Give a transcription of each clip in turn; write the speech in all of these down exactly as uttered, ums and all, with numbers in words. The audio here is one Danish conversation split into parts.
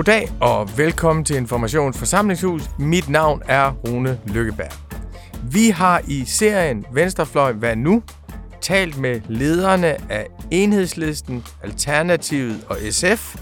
Goddag og velkommen til Informations Forsamlingshus. Mit navn er Rune Lykkeberg. Vi har i serien Venstrefløj Hvad Nu? Talt med lederne af Enhedslisten, Alternativet og S F.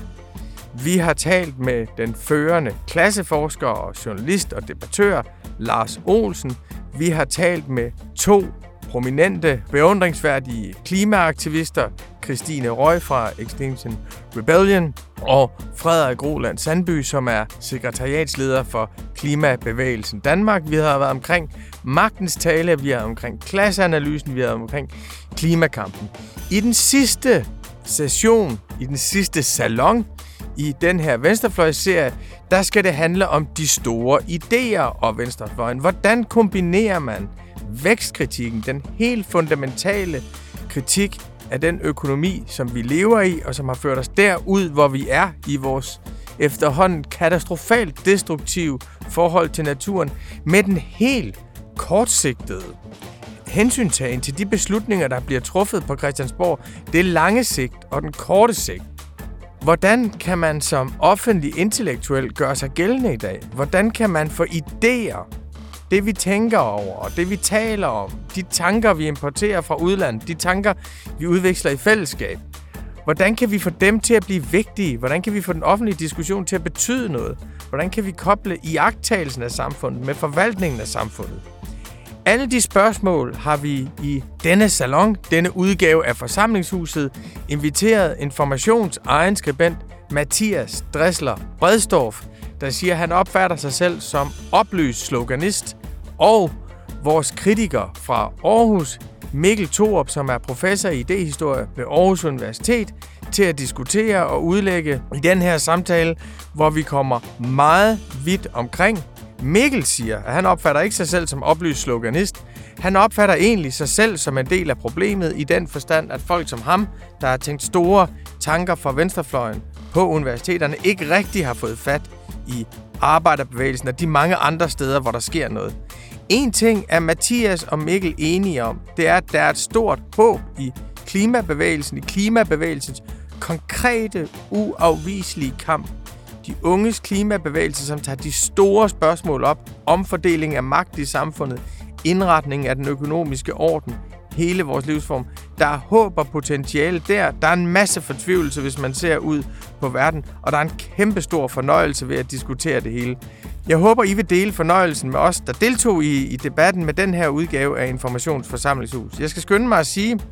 Vi har talt med den førende klasseforsker og journalist og debattør Lars Olsen. Vi har talt med to prominente, beundringsværdige klimaaktivister, Christine Røg fra Extinction Rebellion og Frederik Roland Sandby, som er sekretariatsleder for Klimabevægelsen Danmark. Vi har været omkring magtens tale, vi har været omkring klasseanalysen, vi har været omkring klimakampen. I den sidste session, i den sidste salon, i den her venstrefløjsserie, der skal det handle om de store idéer og venstrefløjen. Hvordan kombinerer man vækstkritikken, den helt fundamentale kritik af den økonomi, som vi lever i, og som har ført os derud, hvor vi er i vores efterhånden katastrofalt destruktive forhold til naturen, med den helt kortsigtede hensyntagen til de beslutninger, der bliver truffet på Christiansborg, det lange sigt og den korte sigt. Hvordan kan man som offentlig intellektuel gøre sig gældende i dag? Hvordan kan man få idéer, det vi tænker over, og det vi taler om, de tanker, vi importerer fra udlandet, de tanker, vi udveksler i fællesskab, hvordan kan vi få dem til at blive vigtige? Hvordan kan vi få den offentlige diskussion til at betyde noget? Hvordan kan vi koble iagttagelsen af samfundet med forvaltningen af samfundet? Alle de spørgsmål har vi i denne salon, denne udgave af Forsamlingshuset, inviteret Informations egen skribent Mathias Dressler Bredstorff, der siger, at han opfatter sig selv som oplyst sloganist, og vores kritiker fra Aarhus, Mikkel Thorup, som er professor i idéhistorie ved Aarhus Universitet, til at diskutere og udlægge i den her samtale, hvor vi kommer meget vidt omkring. Mikkel siger, at han opfatter ikke sig selv som oplyst sloganist. Han opfatter egentlig sig selv som en del af problemet i den forstand, at folk som ham, der har tænkt store tanker fra venstrefløjen på universiteterne, ikke rigtig har fået fat i arbejderbevægelsen og de mange andre steder, hvor der sker noget. En ting er Mathias og Mikkel enige om, det er, at der er et stort håb i klimabevægelsen, i klimabevægelsens konkrete, uafviselige kamp. De unges klimabevægelse, som tager de store spørgsmål op, omfordeling af magt i samfundet, indretning af den økonomiske orden, hele vores livsform. Der er håb og potentiale der. Der er en masse fortvivlelse, hvis man ser ud på verden, og der er en kæmpe stor fornøjelse ved at diskutere det hele. Jeg håber, I vil dele fornøjelsen med os, der deltog i, i debatten med den her udgave af Informations Forsamlingshus. Jeg skal skynde mig at sige,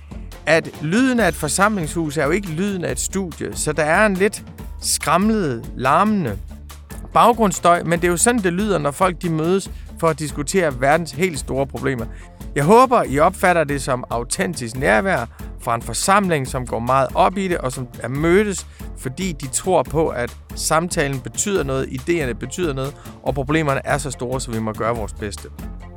at lyden af et forsamlingshus er jo ikke lyden af et studie, så der er en lidt skramlede, larmende baggrundsstøj, men det er jo sådan, det lyder, når folk de mødes for at diskutere verdens helt store problemer. Jeg håber, I opfatter det som autentisk nærvær fra en forsamling, som går meget op i det, og som er mødtes, fordi de tror på, at samtalen betyder noget, idéerne betyder noget, og problemerne er så store, så vi må gøre vores bedste.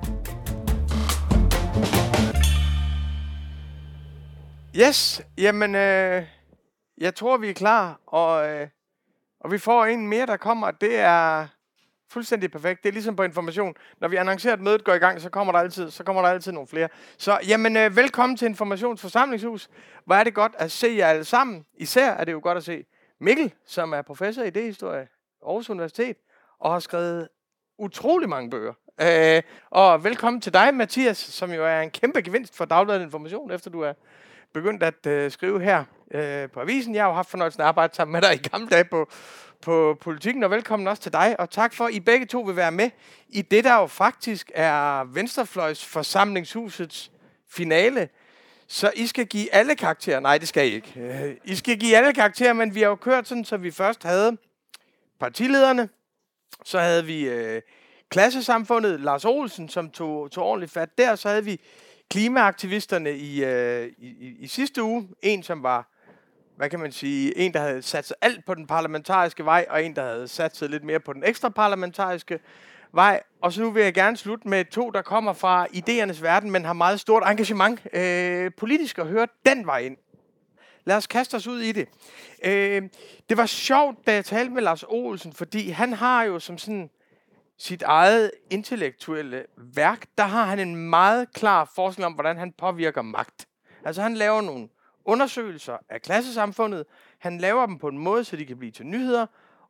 Yes, jamen, øh, jeg tror, vi er klar, og, øh, og vi får en mere, der kommer. Det er fuldstændig perfekt. Det er ligesom på Information. Når vi annoncerer, at mødet går i gang, så kommer der altid, så kommer der altid nogle flere. Så jamen, øh, velkommen til Informations Forsamlingshus. Hvor er det godt at se jer alle sammen. Især er det jo godt at se Mikkel, som er professor i idéhistorie Aarhus Universitet, og har skrevet utrolig mange bøger. Øh, og velkommen til dig, Mathias, som jo er en kæmpe gevinst for Dagbladet Information, efter du er begyndt at øh, skrive her øh, på avisen. Jeg har jo haft fornøjelsen af at arbejde sammen med dig i gamle dage på, på Politikken, og velkommen også til dig. Og tak for, at I begge to vil være med i det, der jo faktisk er Venstrefløjs Forsamlingshusets finale. Så I skal give alle karakterer. Nej, det skal I ikke. Øh, I skal give alle karakterer, men vi har jo kørt sådan, så vi først havde partilederne. Så havde vi øh, klassesamfundet, Lars Olsen, som tog, tog ordentligt fat der. Så havde vi klimaaktivisterne i, øh, i, i sidste uge. En, som var, hvad kan man sige, en, der havde sat sig alt på den parlamentariske vej, og en, der havde sat sig lidt mere på den ekstra parlamentariske vej. Og så nu vil jeg gerne slutte med to, der kommer fra idéernes verden, men har meget stort engagement øh, politisk, og høre den vej ind. Lad os kaste os ud i det. Øh, det var sjovt, da jeg talte med Lars Olsen, fordi han har jo som sådan sit eget intellektuelle værk, der har han en meget klar forestilling om, hvordan han påvirker magt. Altså han laver nogle undersøgelser af klassesamfundet, han laver dem på en måde, så de kan blive til nyheder,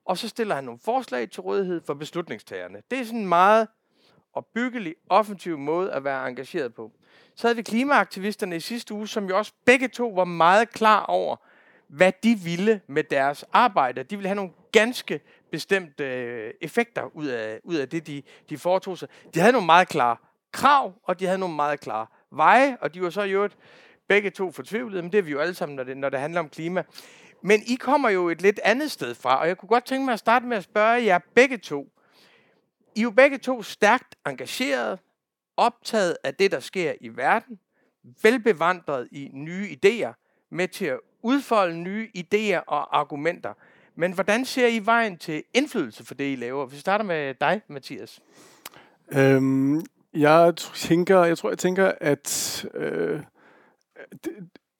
og så stiller han nogle forslag til rådighed for beslutningstagerne. Det er sådan en meget opbyggelig, offensiv måde at være engageret på. Så havde vi klimaaktivisterne i sidste uge, som jo også begge to var meget klar over, hvad de ville med deres arbejde. De ville have nogle ganske bestemte øh, effekter ud af, ud af det, de, de foretog sig. De havde nogle meget klare krav, og de havde nogle meget klare veje, og de var så i øvrigt begge to fortvivlede, men det er vi jo alle sammen, når det, når det handler om klima. Men I kommer jo et lidt andet sted fra, og jeg kunne godt tænke mig at starte med at spørge jer begge to. I er jo begge to stærkt engageret, optaget af det, der sker i verden, velbevandret i nye idéer, med til at udfolde nye idéer og argumenter. Men hvordan ser I vejen til indflydelse for det, I laver? Vi starter med dig, Mathias. Øhm, jeg tænker, jeg tror, jeg tænker, at øh, det,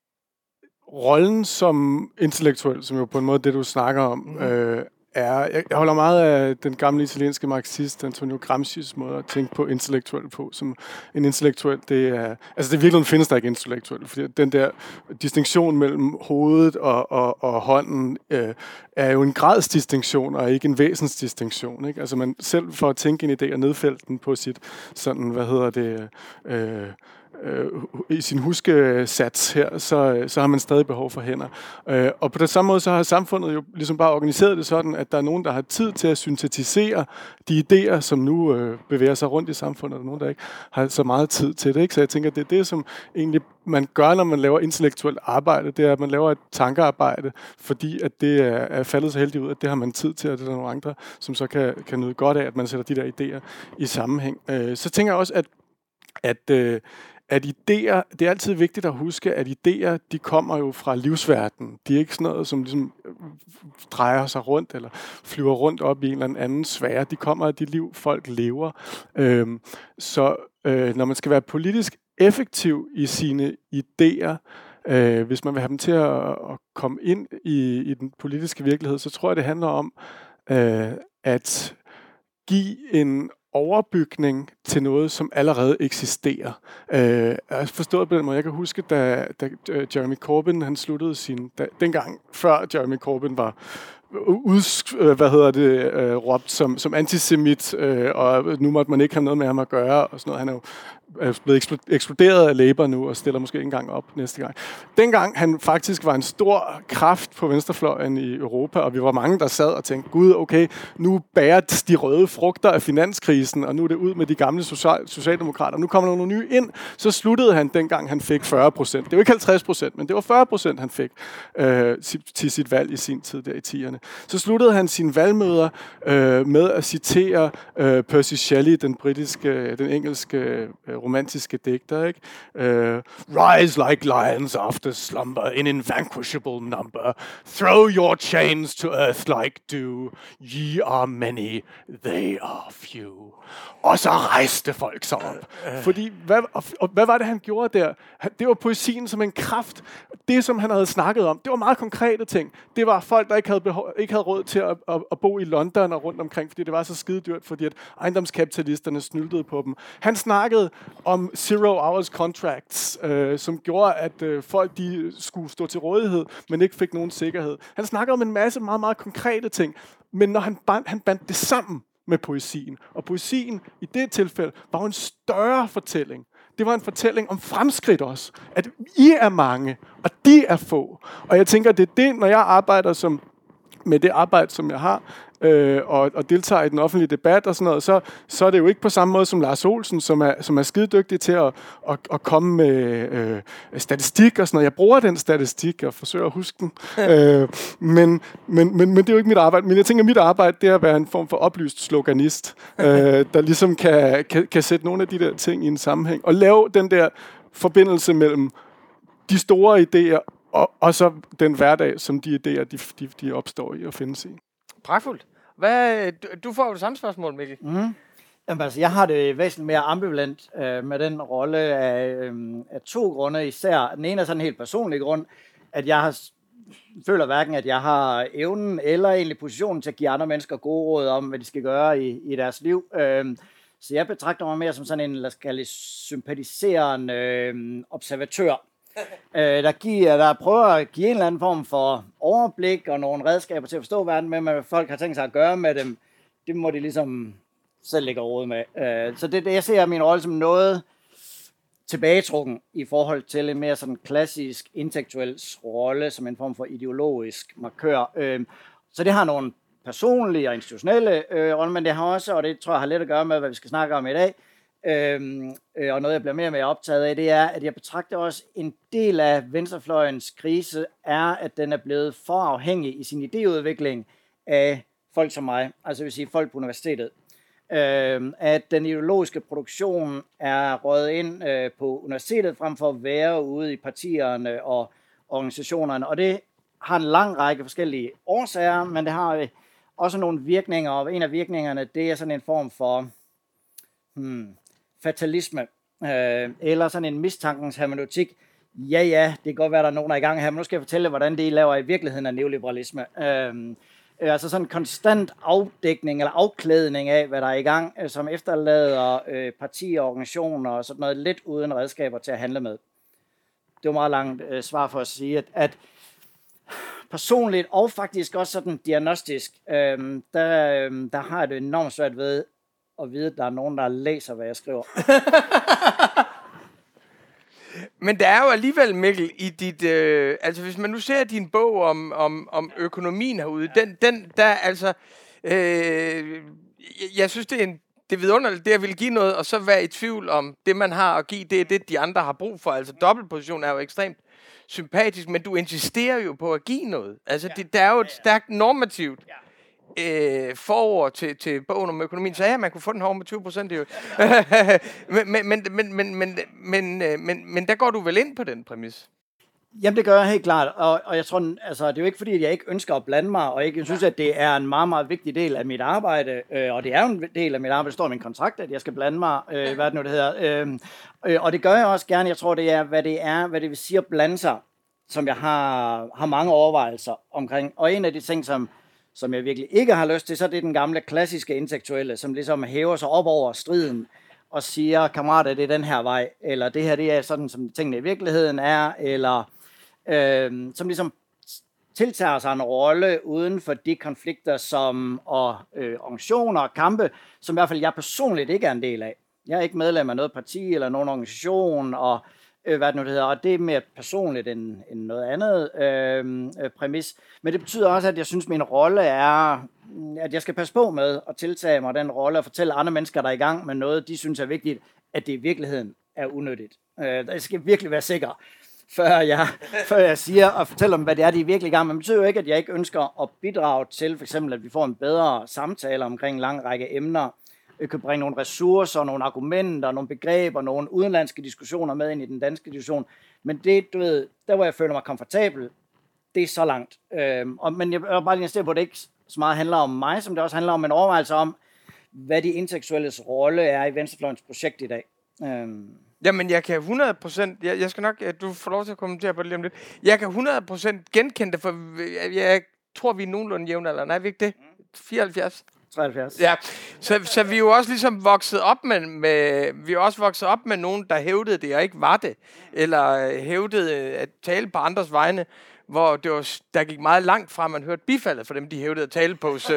rollen som intellektuel, som jo på en måde det, du snakker om, mm. øh, er, jeg, jeg holder meget af den gamle italienske marxist Antonio Gramsci's måde at tænke på intellektuel på, som en intellektuel, det er, altså det virkelig findes der ikke intellektuel, fordi den der distinktion mellem hovedet og, og, og hånden øh, er jo en gradsdistinktion og ikke en væsensdistinktion, ikke? Altså man selv for at tænke en idé og nedfælde den på sit sådan, hvad hedder det, øh, Øh, i sin huskesats her, så, så har man stadig behov for hænder. Øh, og på den samme måde, så har samfundet jo ligesom bare organiseret det sådan, at der er nogen, der har tid til at syntetisere de idéer, som nu øh, bevæger sig rundt i samfundet, og der er nogen, der ikke har så meget tid til det. Ikke? Så jeg tænker, det er det, som egentlig man gør, når man laver intellektuelt arbejde, det er, at man laver et tankearbejde, fordi at det er, er faldet så heldigt ud, at det har man tid til, og det er der nogle andre, som så kan, kan nyde godt af, at man sætter de der idéer i sammenhæng. Øh, så tænker jeg også, at, at øh, at idéer, det er altid vigtigt at huske, at idéer, de kommer jo fra livsverdenen. De er ikke sådan noget, som ligesom drejer sig rundt, eller flyver rundt op i en eller anden sfære. De kommer af de liv, folk lever. Øhm, så øh, når man skal være politisk effektiv i sine idéer, øh, hvis man vil have dem til at, at komme ind i, i den politiske virkelighed, så tror jeg, det handler om øh, at give en overbygning til noget, som allerede eksisterer. Øh, jeg har forstået på den måde. Jeg kan huske, da, da Jeremy Corbyn han sluttede sin... Da, dengang, før Jeremy Corbyn var ud, hvad hedder det, øh, råbt som, som antisemit, øh, og nu måtte man ikke have noget med ham at gøre, og sådan noget. Han er jo er blevet eksploderet af Labour nu, og stiller måske ikke engang op næste gang. Dengang han faktisk var en stor kraft på venstrefløjen i Europa, og vi var mange, der sad og tænkte, gud, okay, nu bærer de røde frugter af finanskrisen, og nu er det ud med de gamle social- socialdemokrater. Nu kommer der nogle nye ind. Så sluttede han dengang, han fik fyrre procent. Det var ikke halvtreds procent, men det var fyrre procent, han fik øh, til sit valg i sin tid der i tierne. Så sluttede han sine valgmøder øh, med at citere øh, Percy Shelley, den britiske, den engelske øh, romantiske digter, ikke? Uh, Rise like lions after slumber in invanquishable number. Throw your chains to earth like dew. Ye are many, they are few. Og så rejste folk sig op. Fordi, hvad, og, og hvad var det, han gjorde der? Det var poesien som en kraft. Det, som han havde snakket om, det var meget konkrete ting. Det var folk, der ikke havde, behov, ikke havde råd til at, at, at bo i London og rundt omkring, fordi det var så skide dyrt, fordi at ejendomskapitalisterne snyltede på dem. Han snakkede om zero hours contracts, øh, som gjorde, at øh, folk de skulle stå til rådighed, men ikke fik nogen sikkerhed. Han snakkede om en masse meget, meget konkrete ting, men når han, band, han bandt det sammen med poesien, og poesien i det tilfælde var jo en større fortælling. Det var en fortælling om fremskridt også, at I er mange, og de er få. Og jeg tænker, det er det, når jeg arbejder som, med det arbejde, som jeg har, øh, og, og deltager i den offentlige debat og sådan noget, så, så er det jo ikke på samme måde som Lars Olsen, som er, som er skidedygtig til at, at, at komme med øh, statistik og sådan noget. Jeg bruger den statistik og forsøger at huske den. øh, men, men, men, men det er jo ikke mit arbejde. Men jeg tænker, at mit arbejde, det er at være en form for oplyst sloganist, øh, der ligesom kan, kan, kan sætte nogle af de der ting i en sammenhæng, og lave den der forbindelse mellem de store idéer og, og så den hverdag, som de idéer, de, de, de opstår i og findes i. Pragtfuldt. Hvad, du, du får jo det samme spørgsmål, Mikkel. Mm. Jamen, altså, jeg har det væsentligt mere ambivalent øh, med den rolle af, øh, af to grunde især. Den ene er sådan en helt personlig grund, at jeg har, føler hverken, at jeg har evnen eller egentlig positionen til at give andre mennesker gode råd om, hvad de skal gøre i, i deres liv. Øh, så jeg betragter mig mere som sådan en, lad os kalde sympatiserende øh, observatør. øh, der, giver, der prøver at give en eller anden form for overblik og nogle redskaber til at forstå verden med, hvad folk har tænkt sig at gøre med dem. Det må de ligesom selv lægge råd med. Øh, så det, det, jeg ser min rolle som noget tilbagetrukken i forhold til en mere sådan klassisk intellektuel rolle som en form for ideologisk markør. Øh, så det har nogle personlige og institutionelle øh, roller, men det har også, og det tror jeg har lidt at gøre med, hvad vi skal snakke om i dag, øh, øh, og noget jeg bliver mere og mere optaget af, det er, at jeg betragter også en del af venstrefløjens krise, er, at den er blevet for afhængig i sin idéudvikling af folk som mig, altså vil sige folk på universitetet. Øh, at den ideologiske produktion er røget ind øh, på universitetet, frem for at være ude i partierne og organisationerne, og det har en lang række forskellige årsager, men det har også nogle virkninger, og en af virkningerne, det er sådan en form for hmm, fatalisme, øh, eller sådan en mistankens hermeneutik. Ja, ja, det kan godt være, der er nogen, der er i gang her, men nu skal jeg fortælle, hvordan det I laver i virkeligheden af neoliberalisme. Øh, altså sådan en konstant afdækning eller afklædning af, hvad der er i gang, øh, som efterlader øh, partier og organisationer og sådan noget lidt uden redskaber til at handle med. Det var meget langt øh, svar for at sige, at, at personligt og faktisk også sådan diagnostisk, øhm, der, øhm, der har jeg det enormt svært ved at vide, at der er nogen, der læser, hvad jeg skriver. Men der er jo alligevel, Mikkel, i dit... Øh, altså, hvis man nu ser din bog om, om, om økonomien herude, ja. den, den der altså... Øh, jeg, jeg synes, det er en... Det er vidunderligt, det at ville give noget, og så være i tvivl om, det man har at give, det er det, de andre har brug for. Altså, dobbeltposition er jo ekstremt sympatisk, men du insisterer jo på at give noget. Altså, ja. det, der er jo et stærkt normativt øh, forord til, til bogen om økonomien. Så ja, man kunne få den her med tyve procent. Jo. men, men, men, men, men, men, men, men, men der går du vel ind på den præmis? Jamen, det gør jeg helt klart, og, og jeg tror, altså, det er jo ikke fordi, at jeg ikke ønsker at blande mig, og ikke synes, at det er en meget, meget vigtig del af mit arbejde, øh, og det er jo en del af mit arbejde, det står i min kontrakt, at jeg skal blande mig, øh, hvad det nu det hedder, øh, øh, og det gør jeg også gerne. Jeg tror, det er, hvad det er, hvad det vil sige at blande sig, som jeg har, har mange overvejelser omkring, og en af de ting, som, som jeg virkelig ikke har lyst til, så det er den gamle klassiske intellektuelle, som ligesom hæver sig op over striden, og siger, kammerater, det er den her vej, eller det her, det er sådan, som tingene i virkeligheden er, eller Øh, som ligesom tiltager sig en rolle uden for de konflikter som, og øh, organisationer og kampe, som i hvert fald jeg personligt ikke er en del af. Jeg er ikke medlem af noget parti eller nogen organisation, og øh, hvad det nu det hedder, og det er mere personligt end, end noget andet øh, øh, præmis. Men det betyder også, at jeg synes, min rolle er, at jeg skal passe på med at tiltage mig den rolle og fortælle andre mennesker, der er i gang med noget, de synes er vigtigt, at det i virkeligheden er unødigt. Øh, jeg skal virkelig være sikker. Før jeg, før jeg siger og fortæller dem, hvad det er, de er virkelig i gang med. Men det betyder jo ikke, at jeg ikke ønsker at bidrage til, for eksempel, at vi får en bedre samtale omkring en lang række emner. Vi kan bringe nogle ressourcer, nogle argumenter, nogle begreber, nogle udenlandske diskussioner med ind i den danske diskussion. Men det, du ved, der hvor jeg føler mig komfortabel, det er så langt. Øhm, og, men jeg vil bare lige insistere på, at det ikke så meget handler om mig, som det også handler om en overvejelse om, hvad de intellektuelles rolle er i venstrefløjens projekt i dag. Øhm. Jamen, jeg kan hundrede procent... Jeg, jeg skal nok... Du får lov til at kommentere på det lige om lidt. Jeg kan hundrede procent genkende det, for jeg, jeg tror, vi er nogenlunde jævnaldrende. Nej, vi ikke det? fireoghalvfjerds? treoghalvfjerds. Ja, så, så vi er jo også ligesom vokset op med, med... Vi er også vokset op med nogen, der hævdede det, og ikke var det. Eller hævdede at tale på andres vegne, hvor det var, der gik meget langt fra, man hørte bifaldet for dem, de hævdede at tale på øh,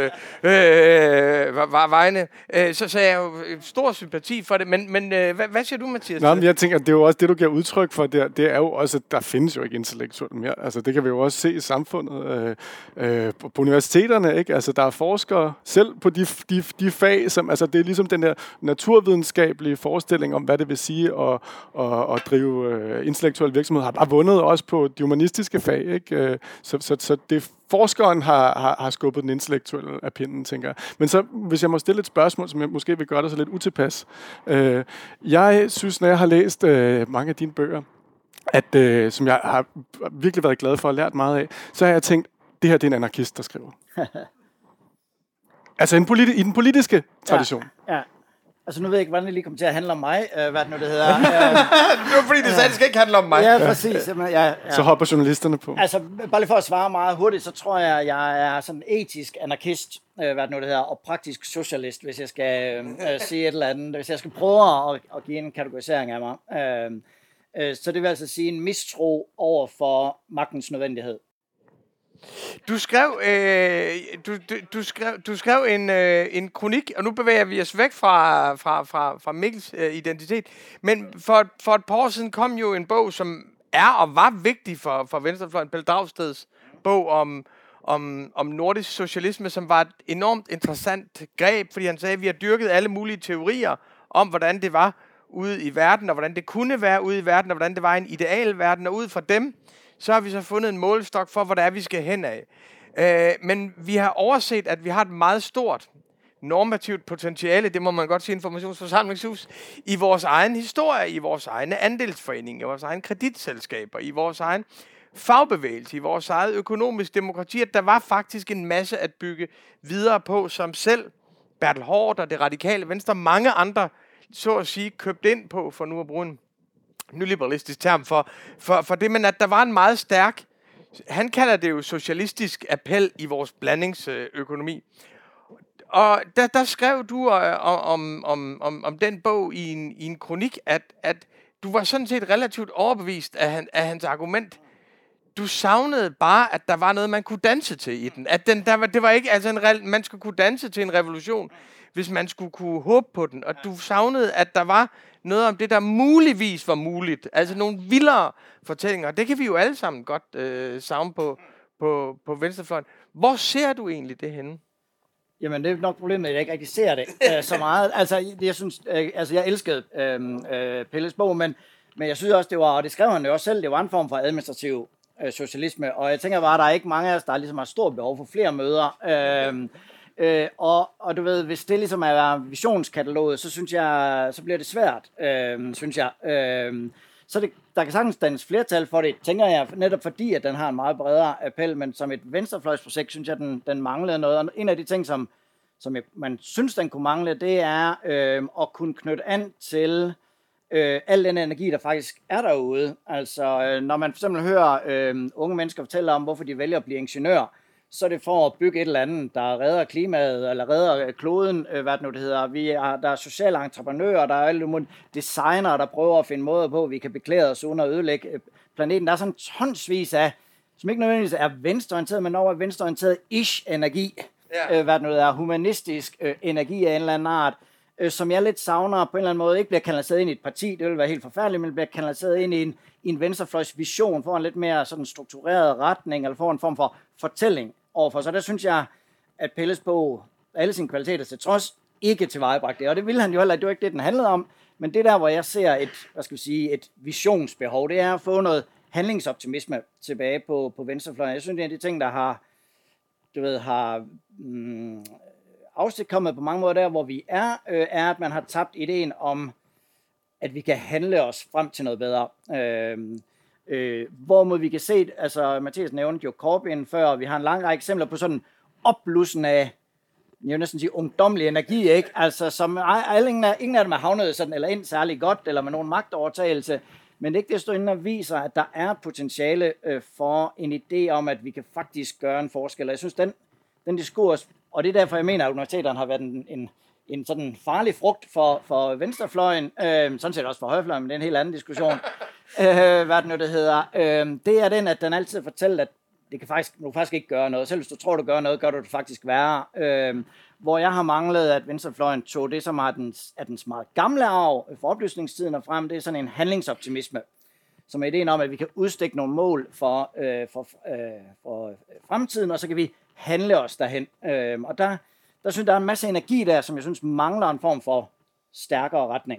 øh, var vegne. Øh, så, så jeg er jo stor sympati for det. Men, men øh, hvad, hvad siger du, Mathias? Nå, men jeg tænker, det er jo også det, du giver udtryk for der. Det er jo også, at der findes jo ikke intellektuelt mere. Altså, det kan vi jo også se i samfundet. Øh, øh, på, på universiteterne, ikke? Altså, der er forskere selv på de, de, de fag, som, altså, det er ligesom den der naturvidenskabelige forestilling om, hvad det vil sige at, at, at drive øh, intellektuel virksomhed, har bare vundet også på de humanistiske fag, ikke? Så, så, så det forskeren har, har, har skubbet den intellektuelle af pinden, tænker jeg. Men så, hvis jeg må stille et spørgsmål, som jeg måske vil gøre dig så lidt utilpas. Øh, jeg synes, når jeg har læst øh, mange af dine bøger, at, øh, som jeg har virkelig været glad for og lært meget af, så har jeg tænkt, det her det er en anarkist, der skriver. Altså en politi- i den politiske tradition. Ja, ja. Altså nu ved jeg ikke, hvordan det lige kommer til at handle om mig, øh, hvad det nu det hedder. Det var fordi, det sagde, at det skal ikke handle om mig. Ja, præcis. Ja, ja, ja. Så hopper journalisterne på. Altså, bare lige for at svare meget hurtigt, så tror jeg, at jeg er sådan etisk anarkist, øh, hvad det nu det hedder, og praktisk socialist, hvis jeg skal øh, sige et eller andet. Hvis jeg skal prøve at, at give en kategorisering af mig. Øh, Øh, så det vil altså sige en mistro over for magtens nødvendighed. Du skrev, øh, du, du, du skrev, du skrev en, øh, en kronik, og nu bevæger vi os væk fra, fra, fra, fra Mikkels øh, identitet. Men for, for et par år siden kom jo en bog, som er og var vigtig for, for venstrefløjen, Pelle Dragsteds bog om, om, om nordisk socialisme, som var et enormt interessant greb, fordi han sagde, at vi har dyrket alle mulige teorier om, hvordan det var ude i verden, og hvordan det kunne være ude i verden, og hvordan det var en ideal verden, og ud fra dem, så har vi så fundet en målestok for, hvor det er, vi skal hen af. Øh, men vi har overset, at vi har et meget stort normativt potentiale, det må man godt sige, informationsforsamlingshus, i vores egen historie, i vores egne andelsforeninger, i vores egne kreditselskaber, i vores egen fagbevægelse, i vores eget økonomisk demokrati, at der var faktisk en masse at bygge videre på, som selv Bertel Haardt og det radikale venstre, mange andre, så at sige, købt ind på, for nu at bruge en nyliberalistisk term for, for, for det, men at der var en meget stærk, han kalder det jo socialistisk appel i vores blandingsøkonomi. Og der, der skrev du øh, om, om, om, om den bog i en, i en kronik, at, at du var sådan set relativt overbevist af, han, af hans argument. Du savnede bare, at der var noget, man kunne danse til i den. At den, der var, det var ikke, altså en re- man skulle kunne danse til en revolution, hvis man skulle kunne håbe på den. Og du savnede, at der var noget om det, der muligvis var muligt. Altså nogle vildere fortællinger. Det kan vi jo alle sammen godt øh, savne på, på, på venstrefløjen. Hvor ser du egentlig det henne? Jamen, det er nok problemet, at jeg ikke rigtig ser det øh, så meget. Altså, jeg synes, øh, altså, jeg elskede øh, øh, Pelles bog, men, men jeg synes også, det var, og det skrev han jo også selv, det var en form for administrativ øh, socialisme, og jeg tænker bare, at der er ikke mange af os, der ligesom har stort behov for flere møder. Øh, øh, og, og du ved, hvis det ligesom er visionskataloget, så synes jeg, så bliver det svært, øh, synes jeg. Øh, så det, der kan sagtens dannes flertal for det, tænker jeg, netop fordi, at den har en meget bredere appel, men som et venstrefløjsprojekt, synes jeg, den, den manglede noget. Og en af de ting, som, som jeg, man synes, den kunne mangle, det er øh, at kunne knytte an til øh, al den energi, der faktisk er derude. Altså, øh, når man for eksempel hører øh, unge mennesker fortælle om, hvorfor de vælger at blive ingeniør, så er det for at bygge et eller andet, der redder klimaet, eller redder kloden, øh, hvad det nu det hedder. Vi er, der er sociale entreprenører, der er alle mulige designere, der prøver at finde måder på, at vi kan beklæde os uden at ødelægge planeten. Der er sådan tonsvis af, som ikke nødvendigvis er venstreorienteret, men over venstreorienteret ish-energi, ja. øh, hvad det nu er, humanistisk øh, energi af en eller anden art, øh, som jeg lidt savner på en eller anden måde, ikke bliver kanaliseret ind i et parti, det vil være helt forfærdeligt, men bliver kanaliseret ind i en, i en venstrefløjs vision, for en lidt mere sådan struktureret retning, eller for en form for fortælling overfor. Så der synes jeg, at Pelles bog, alle sine kvaliteter til trods, ikke tilvejebragt det. Og det ville han jo heller ikke, det var ikke det, den handlede om. Men det der, hvor jeg ser et, hvad skal vi sige, et visionsbehov, det er at få noget handlingsoptimisme tilbage på, på venstrefløjen. Jeg synes, det er en af de ting, der har, du ved, har mm, afstikkommet på mange måder der, hvor vi er, øh, er, at man har tabt ideen om, at vi kan handle os frem til noget bedre. Øh, Øh, hvorimod vi kan se, altså Mathias nævnte jo Corbyn før, og vi har en lang række eksempler på sådan opblussen af, jeg vil næsten sige, ungdomlig energi, ikke? Altså, som alle, ingen, af, ingen af dem er havnet sådan, eller ind særlig godt, eller med nogen magtovertagelse, men det ikke desto mindre viser, at der er potentiale øh, for en idé om, at vi kan faktisk gøre en forskel. Og jeg synes, den, den diskurs, og det er derfor, jeg mener, at universiteterne har været en, en, en sådan farlig frugt for, for venstrefløjen, øh, sådan set også for højrefløjen, men det er en helt anden diskussion. Øh, hvad det nu det hedder, øh, det er den, at den altid fortæller, at det kan faktisk, du kan faktisk ikke gøre noget. Selv hvis du tror, du gør noget, gør du det faktisk værre. Øh, hvor jeg har manglet, at venstrefløjen tog det, som er dens, er dens meget gamle arv for oplysningstiden og frem, det er sådan en handlingsoptimisme, som er ideen om, at vi kan udstikke nogle mål for, øh, for, øh, for fremtiden, og så kan vi handle os derhen. Øh, og der, der synes jeg, der er en masse energi der, som jeg synes mangler en form for stærkere retning.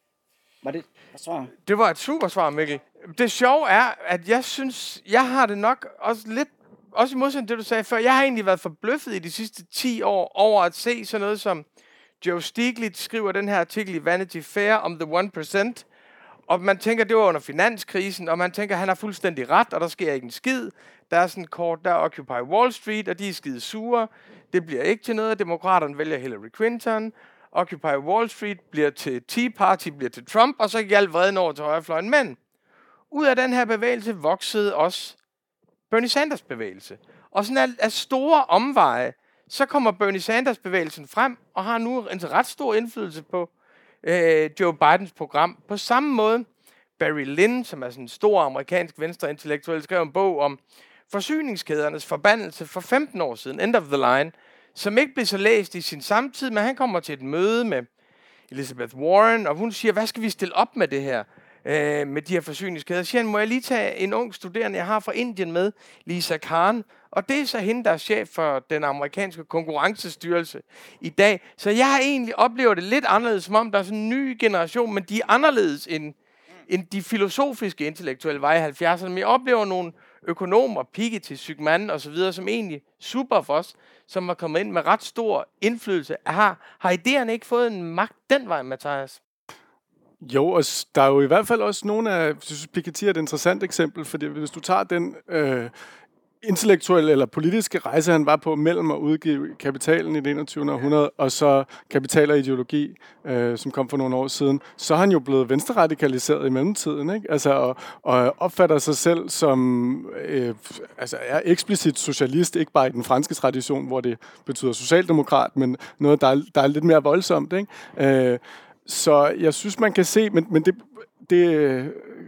Var det, svar? Det var et super svar, Mikkel. Det sjove er, at jeg synes, jeg har det nok også lidt, også i modsætning til det, du sagde før, jeg har egentlig været forbløffet i de sidste ti år over at se sådan noget som Joe Stiglitz skriver den her artikel i Vanity Fair om the one percent, og man tænker, det var under finanskrisen, og man tænker, han har fuldstændig ret, og der sker ikke en skid. Der er sådan kort, der er Occupy Wall Street, og de er skide sure. Det bliver ikke til noget. Demokraterne vælger Hillary Clinton. Occupy Wall Street bliver til Tea Party, bliver til Trump, og så gik alt vreden over til højrefløjen. Men ud af den her bevægelse voksede også Bernie Sanders bevægelse. Og sådan af, af store omveje, så kommer Bernie Sanders bevægelsen frem, og har nu en ret stor indflydelse på øh, Joe Bidens program. På samme måde Barry Lynn, som er sådan en stor amerikansk venstreintellektuel, skrev en bog om forsyningskædernes forbandelse for femten år siden, End of the Line, som ikke blev så læst i sin samtid, men han kommer til et møde med Elizabeth Warren, og hun siger, hvad skal vi stille op med det her, øh, med de her forsyningskæder? Så siger han, må jeg lige tage en ung studerende, jeg har fra Indien med, Lisa Khan, og det er så hende, der er chef for den amerikanske konkurrencestyrelse i dag. Så jeg har egentlig oplevet det lidt anderledes, som om der er sådan en ny generation, men de er anderledes end, end de filosofiske intellektuelle var i halvfjerdserne. Men jeg oplever nogle økonomer, Piketty, Zygmunt og så videre, som egentlig super for os, som er kommet ind med ret stor indflydelse. Har, har idéerne ikke fået en magt den vej, Mathias? Jo, og der er jo i hvert fald også nogle af, jeg synes, Piketty er et interessant eksempel, fordi hvis du tager den øh, intellektuelle eller politiske rejse, han var på mellem at udgive Kapitalen i det enogtyvende århundrede, og så Kapital og ideologi, øh, som kom for nogle år siden, så er han jo blevet venstreradikaliseret i mellemtiden, ikke? Altså, og, og opfatter sig selv som, øh, altså er eksplicit socialist, ikke bare i den franske tradition, hvor det betyder socialdemokrat, men noget, der er, der er lidt mere voldsomt, ikke? Øh, så jeg synes, man kan se, men, men det, det øh,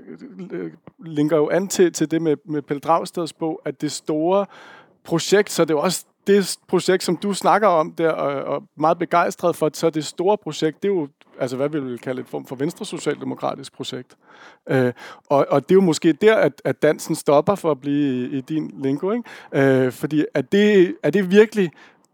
linker jo an til, til det med, med Pelle Dragsteds bog, at det store projekt, så det er jo også det projekt, som du snakker om der, og, og meget begejstret for, så det store projekt, det er jo, altså hvad vi vil kalde et form for venstre-socialdemokratisk projekt. Øh, og, og det er jo måske der, at, at dansen stopper for at blive i, i din lingo, ikke? Øh, fordi er det, er det virkelig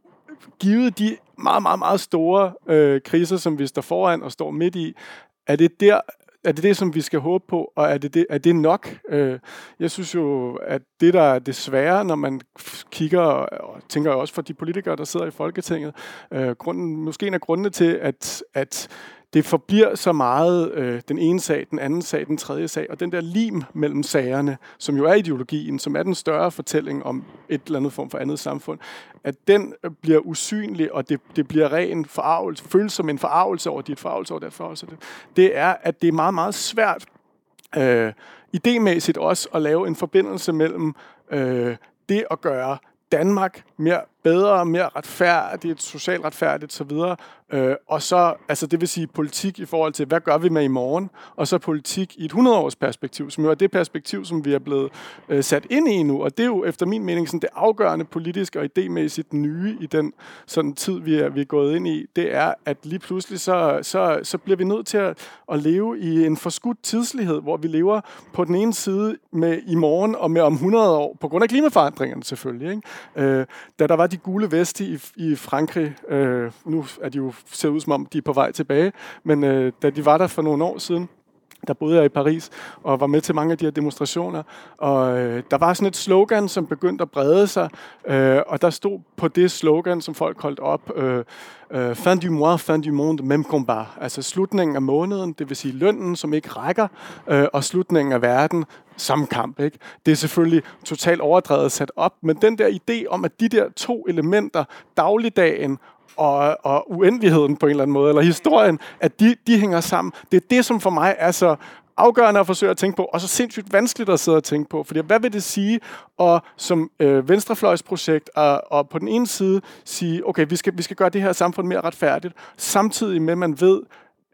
givet de meget, meget, meget store øh, kriser, som vi står foran og står midt i, er det der, er det det, som vi skal håbe på, og er det, det, er det nok? Øh, jeg synes jo, at det, der er det svære, når man kigger, og tænker også for de politikere, der sidder i Folketinget, øh, grunden, måske en af grundene til, at, at det forbliver så meget øh, den ene sag, den anden sag, den tredje sag, og den der lim mellem sagerne, som jo er ideologien, som er den større fortælling om et eller andet form for andet samfund, at den bliver usynlig, og det, det bliver ren forarvelse, føles som en forarvelse over dit forarvelse over det forarvelse. Det er, at det er meget, meget svært, øh, idémæssigt også, at lave en forbindelse mellem øh, det at gøre Danmark mere bedre, mere retfærdigt, socialt retfærdigt så videre. Øh, og så, altså det vil sige politik i forhold til, hvad gør vi med i morgen? Og så politik i et hundrede-års perspektiv, som jo er det perspektiv, som vi er blevet øh, sat ind i nu. Og det er jo efter min mening sådan det afgørende politiske og idémæssigt nye i den sådan tid, vi er, vi er gået ind i. Det er, at lige pludselig så, så, så bliver vi nødt til at, at leve i en forskudt tidslighed, hvor vi lever på den ene side med i morgen og med om hundrede år, på grund af klimaforandringerne selvfølgelig. Ikke? Øh, da der var de gule veste i, i Frankrig, øh, nu er de jo ser ud som om, de er på vej tilbage, men øh, da de var der for nogle år siden, der boede jeg i Paris, og var med til mange af de her demonstrationer, og øh, der var sådan et slogan, som begyndte at brede sig, øh, og der stod på det slogan, som folk holdt op, øh, øh, fin du mois, fin du monde, même combat, altså slutningen af måneden, det vil sige lønnen, som ikke rækker, øh, og slutningen af verden, samme kamp, ikke? Det er selvfølgelig totalt overdrevet sat op, men den der idé om, at de der to elementer, dagligdagen Og, og uendeligheden på en eller anden måde, eller historien, at de, de hænger sammen. Det er det, som for mig er så afgørende at forsøge at tænke på, og så sindssygt vanskeligt at sidde og tænke på. Fordi hvad vil det sige at som øh, venstrefløjsprojekt, og, og på den ene side sige, okay, vi skal, vi skal gøre det her samfund mere retfærdigt, samtidig med, at man ved,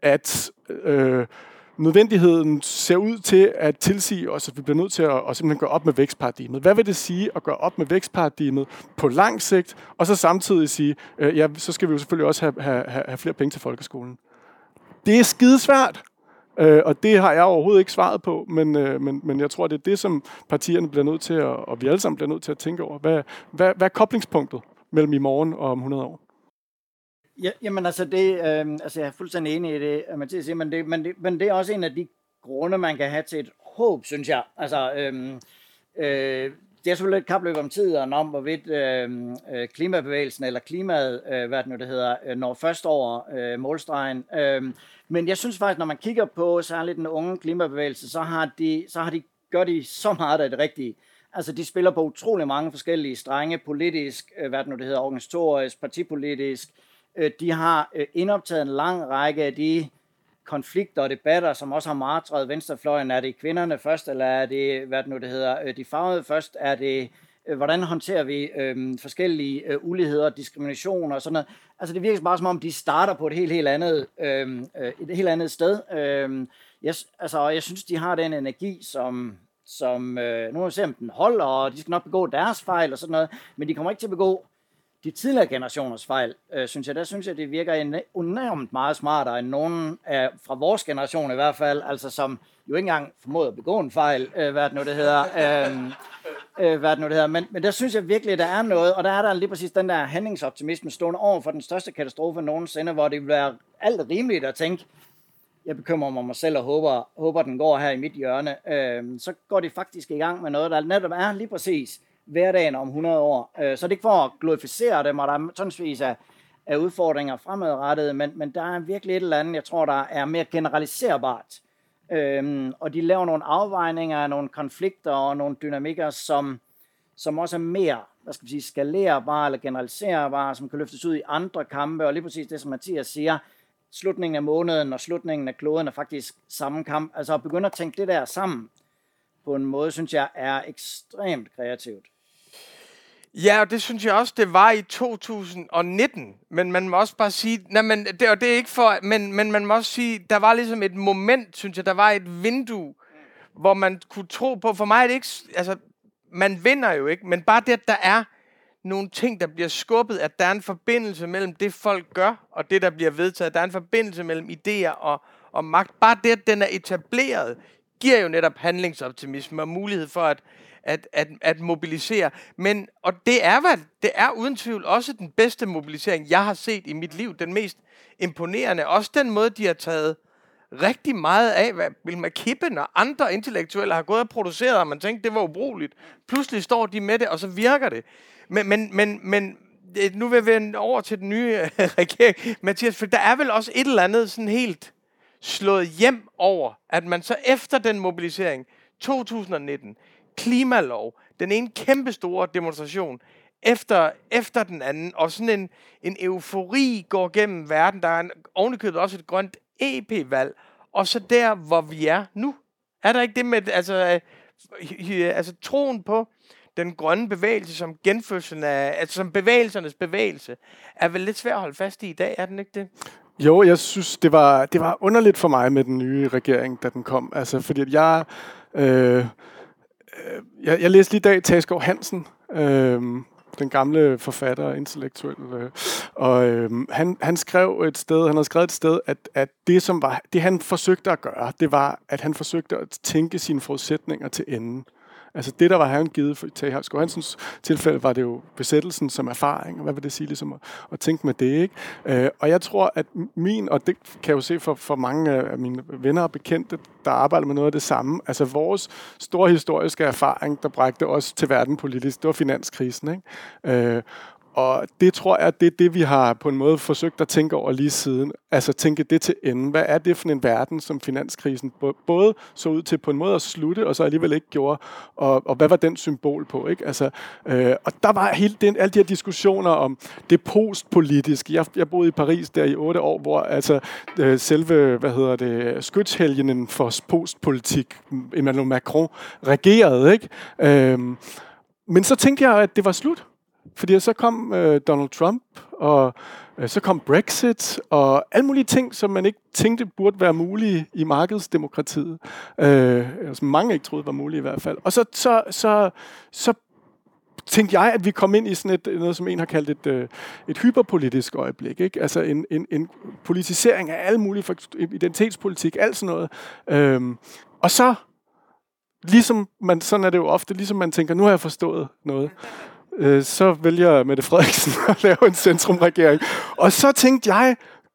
at øh, nødvendigheden ser ud til at tilsige os, at vi bliver nødt til at, at simpelthen gøre op med vækstparadigmet. Hvad vil det sige at gøre op med vækstparadigmet på lang sigt, og så samtidig sige, øh, ja, så skal vi jo selvfølgelig også have, have, have flere penge til folkeskolen. Det er skidesvært, øh, og det har jeg overhovedet ikke svaret på, men, øh, men, men jeg tror, det er det, som partierne bliver nødt til, at, og vi alle sammen bliver nødt til at tænke over. Hvad, hvad, hvad er koblingspunktet mellem i morgen og om hundrede år? Ja, jamen altså, det, øh, altså jeg er fuldstændig enig i det, Mathias siger, men det, men, det, men det er også en af de grunde, man kan have til et håb, synes jeg. Altså, øh, øh, det er selvfølgelig et kapløb om tid, og om hvorvidt øh, klimabevægelsen eller klimaet, øh, hvad det nu det hedder, øh, når først over øh, målstregen. Øh, men jeg synes faktisk, når man kigger på særligt den unge klimabevægelse, så har de, så har de, gør de så meget af det rigtige. Altså, de spiller på utrolig mange forskellige strenge, politisk, øh, hvad det nu det hedder, organisatorisk, partipolitisk. De har indoptaget en lang række af de konflikter og debatter, som også har martret venstrefløjen. Er det kvinderne først, eller er det, hvad det nu det hedder, de farvede først? Er det, hvordan håndterer vi øhm, forskellige øh, uligheder, diskrimination og sådan noget? Altså det virker bare som om, de starter på et helt, helt andet, øhm, et helt andet sted. Øhm, jeg, altså, jeg synes, de har den energi, som, som øh, nu må vi se, om den holder, og de skal nok begå deres fejl og sådan noget, men de kommer ikke til at begå de tidligere generationers fejl, øh, synes jeg. Der synes jeg, det virker enormt meget smartere end nogen af, fra vores generation i hvert fald, altså som jo ikke engang formåede at begå en fejl, øh, hvad det nu det hedder. Øh, øh, hvad det nu det hedder. Men, men der synes jeg virkelig, at der er noget, og der er der lige præcis den der handlingsoptimisme stående over for den største katastrofe nogensinde, hvor det vil være alt rimeligt at tænke, jeg bekymrer mig om mig selv og håber, håber den går her i mit hjørne. Øh, så går de faktisk i gang med noget, der netop er lige præcis hverdagen om hundrede år. Øh, så det er ikke for at glorificere dem, og der er tonsvis af, af udfordringer fremadrettet, men, men der er virkelig et eller andet, jeg tror, der er mere generaliserbart. Øhm, og de laver nogle afvejninger, nogle konflikter og nogle dynamikker, som, som også er mere, hvad skal vi sige, skalerbare eller generaliserbare, som kan løftes ud i andre kampe, og lige præcis det, som Mathias siger, slutningen af måneden og slutningen af kloden er faktisk samme kamp. Altså at begynde at tænke det der sammen på en måde, synes jeg, er ekstremt kreativt. Ja, og det synes jeg også, det var i to tusind og nitten. Men man må også bare sige, nej, men det, og det er ikke for, men, men man må også sige, der var ligesom et moment, synes jeg, der var et vindue, hvor man kunne tro på, for mig er det ikke, altså, man vinder jo ikke, men bare det, at der er nogle ting, der bliver skubbet, at der er en forbindelse mellem det, folk gør, og det, der bliver vedtaget. Der er en forbindelse mellem idéer og, og magt. Bare det, at den er etableret, giver jo netop handlingsoptimisme og mulighed for at At, at, at mobilisere. Men, og det er, hvad, det er uden tvivl også den bedste mobilisering, jeg har set i mit liv. Den mest imponerende. Også den måde, de har taget rigtig meget af, hvad Wilma Kippen og andre intellektuelle har gået og produceret, og man tænkte, det var ubrugeligt. Pludselig står de med det, og så virker det. Men, men, men, men nu vil jeg vende over til den nye regering, Mathias, for der er vel også et eller andet sådan helt slået hjem over, at man så efter den mobilisering, to tusind og nitten, klimalov, den ene kæmpe store demonstration efter, efter den anden, og sådan en, en eufori går gennem verden. Der er en, ovenikøbet også et grønt E P-valg, og så der, hvor vi er nu. Er der ikke det med, altså, altså troen på den grønne bevægelse som genfødslen af, altså som bevægelsernes bevægelse, er vel lidt svært at holde fast i i dag, er den ikke det? Jo, jeg synes, det var, det var underligt for mig med den nye regering, da den kom. Altså, fordi at jeg... Øh, Jeg, jeg læste lige i dag Tage Skov Hansen, øh, den gamle forfatter og intellektuel, øh, og øh, han, han skrev et sted, han havde skrevet et sted, at, at det, som var, det han forsøgte at gøre, det var, at han forsøgte at tænke sine forudsætninger til enden. Altså det, der var han givet for Tage Skov Hansens tilfælde, var det jo besættelsen som erfaring, og hvad vil det sige, ligesom at, at tænke med det, ikke? Øh, og jeg tror, at min, og det kan jeg jo se for, for mange af mine venner og bekendte, der arbejder med noget af det samme, altså vores store historiske erfaring, der bragte os til verden politisk, det var finanskrisen, ikke? Øh, Og det tror jeg, det er det, vi har på en måde forsøgt at tænke over lige siden. Altså tænke det til enden. Hvad er det for en verden, som finanskrisen både så ud til på en måde at slutte, og så alligevel ikke gjorde? Og, og hvad var den symbol på? Ikke? Altså, øh, og der var hele den, alle de her diskussioner om det postpolitiske. Jeg, jeg boede i Paris der i otte år, hvor altså øh, selve, hvad hedder det, skytshelgenen for postpolitik, Emmanuel Macron, regerede. Ikke? Øh, men så tænkte jeg, at det var slut. Fordi så kom øh, Donald Trump, og øh, så kom Brexit, og alle mulige ting, som man ikke tænkte burde være mulige i markedsdemokratiet. Øh, som mange ikke troede var mulige i hvert fald. Og så, så, så, så tænkte jeg, at vi kom ind i sådan et, noget, som en har kaldt et, øh, et hyperpolitisk øjeblik. Ikke? Altså en, en, en politisering af alle mulige identitetspolitik, alt sådan noget. Øh, og så, ligesom man, sådan er det jo ofte, ligesom man tænker, nu har jeg forstået noget. Så vælger Mette Frederiksen at lave en centrumregering. Og så tænkte jeg,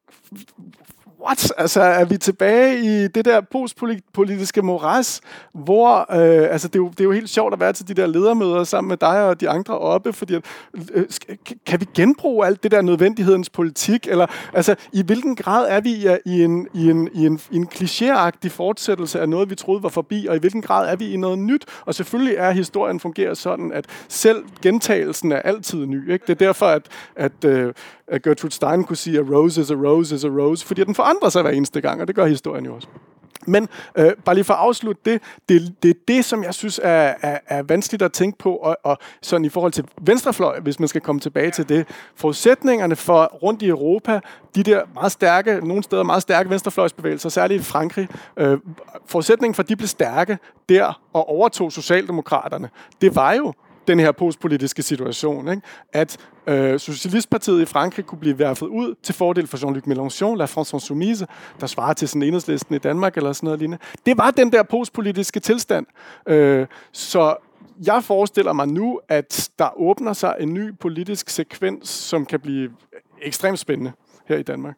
what? Altså, er vi tilbage i det der postpolitiske moras, hvor, øh, altså, det er, jo, det er jo helt sjovt at være til de der ledermøder sammen med dig og de andre oppe, fordi øh, kan vi genbruge alt det der nødvendighedens politik, eller, altså, i hvilken grad er vi i, i, en, i, en, i, en, i en klichéagtig fortsættelse af noget, vi troede var forbi, og i hvilken grad er vi i noget nyt, og selvfølgelig er historien fungerer sådan, at selv gentagelsen er altid ny, ikke? Det er derfor, at, at, øh, at Gertrude Stein kunne sige, a rose is a rose is a rose, fordi den forandrer sig hver eneste gang, og det gør historien jo også. Men øh, bare lige for at afslutte det, det, det er det, som jeg synes er, er, er vanskeligt at tænke på, og, og sådan i forhold til venstrefløj, hvis man skal komme tilbage til det. Forudsætningerne for rundt i Europa, de der meget stærke, nogle steder meget stærke venstrefløjsbevægelser, særligt i Frankrig, øh, forudsætningen for, at de blev stærke der og overtog Socialdemokraterne, det var jo den her postpolitiske situation, ikke? At øh, Socialistpartiet i Frankrig kunne blive værfet ud til fordel for Jean-Luc Mélenchon, La France Insoumise, der svarer til sådan Enhedslisten i Danmark eller sådan noget lignende. Det var den der postpolitiske tilstand. Øh, så jeg forestiller mig nu, at der åbner sig en ny politisk sekvens, som kan blive ekstremt spændende her i Danmark.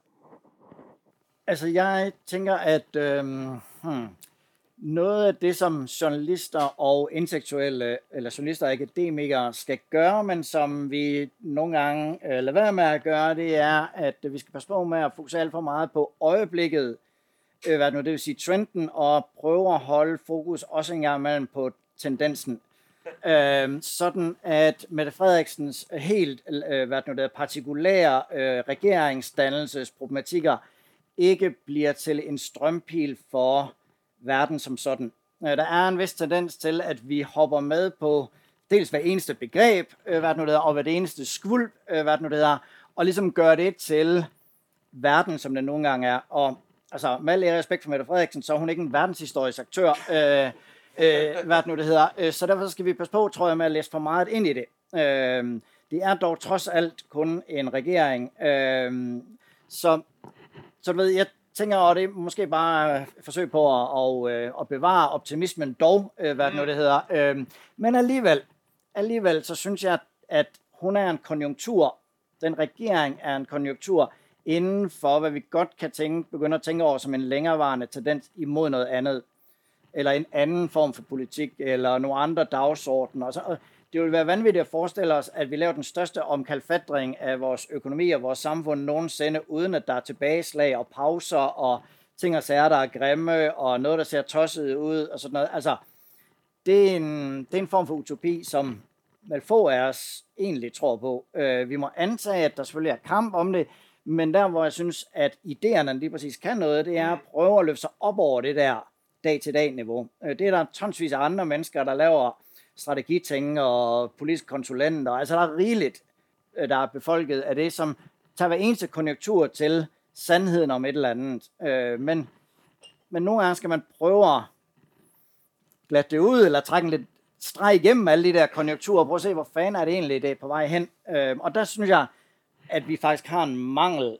Altså, jeg tænker, at øh, hmm, noget af det, som journalister og intellektuelle, eller journalister og akademikere skal gøre, men som vi nogle gange øh, lader være med at gøre, det er, at vi skal passe på med at fokusere alt for meget på øjeblikket, øh, hvad det nu, det vil sige trenden, og prøve at holde fokus også en gang imellem på tendensen. Øh, sådan at Mette Frederiksens helt øh, hvad det nu, det partikulære øh, regeringsdannelsesproblematikker ikke bliver til en strømpil for verden som sådan. Der er en vis tendens til, at vi hopper med på dels hver eneste begreb, hvad det nu det er, og hver det eneste skvulp, hvad det nu det er, og ligesom gør det til verden, som den nogle gange er. Og altså, med al respekt for Mette Frederiksen, så er hun ikke en verdenshistorisk aktør, øh, øh, hvad det nu det hedder. Så derfor skal vi passe på, tror jeg, med at læse for meget ind i det. Øh, det er dog trods alt kun en regering. Øh, så, så du ved, jeg tænker, og det er måske bare et forsøg på at, at, at bevare optimismen dog, hvad det nu det hedder. Men alligevel, alligevel, så synes jeg, at hun er en konjunktur, den regering er en konjunktur, inden for, hvad vi godt kan tænke, begynde at tænke over som en længerevarende tendens imod noget andet, eller en anden form for politik, eller nogle andre dagsordner. Og det vil være vanvittigt at forestille os, at vi laver den største omkalfatring af vores økonomi og vores samfund nogensinde, uden at der er tilbageslag og pauser og ting og sager, der er grimme, og noget, der ser tosset ud og sådan noget. Altså, det er en, det er en form for utopi, som vel få af os egentlig tror på. Øh, vi må antage, at der selvfølgelig er kamp om det, men der, hvor jeg synes, at idéerne lige præcis kan noget, det er at prøve at løfte sig op over det der dag-til-dag-niveau. Det er der tonsvis af andre mennesker, der laver strategitænke og politiske konsulenter. Altså, der er rigeligt, der er befolket af det, som tager hver eneste konjunktur til sandheden om et eller andet. Men, men nogle gange skal man prøve at glatte det ud, eller trække en lidt streg igennem alle de der konjunkturer, og prøve at se, hvor fanden er det egentlig, det er på vej hen. Og der synes jeg, at vi faktisk har en mangel,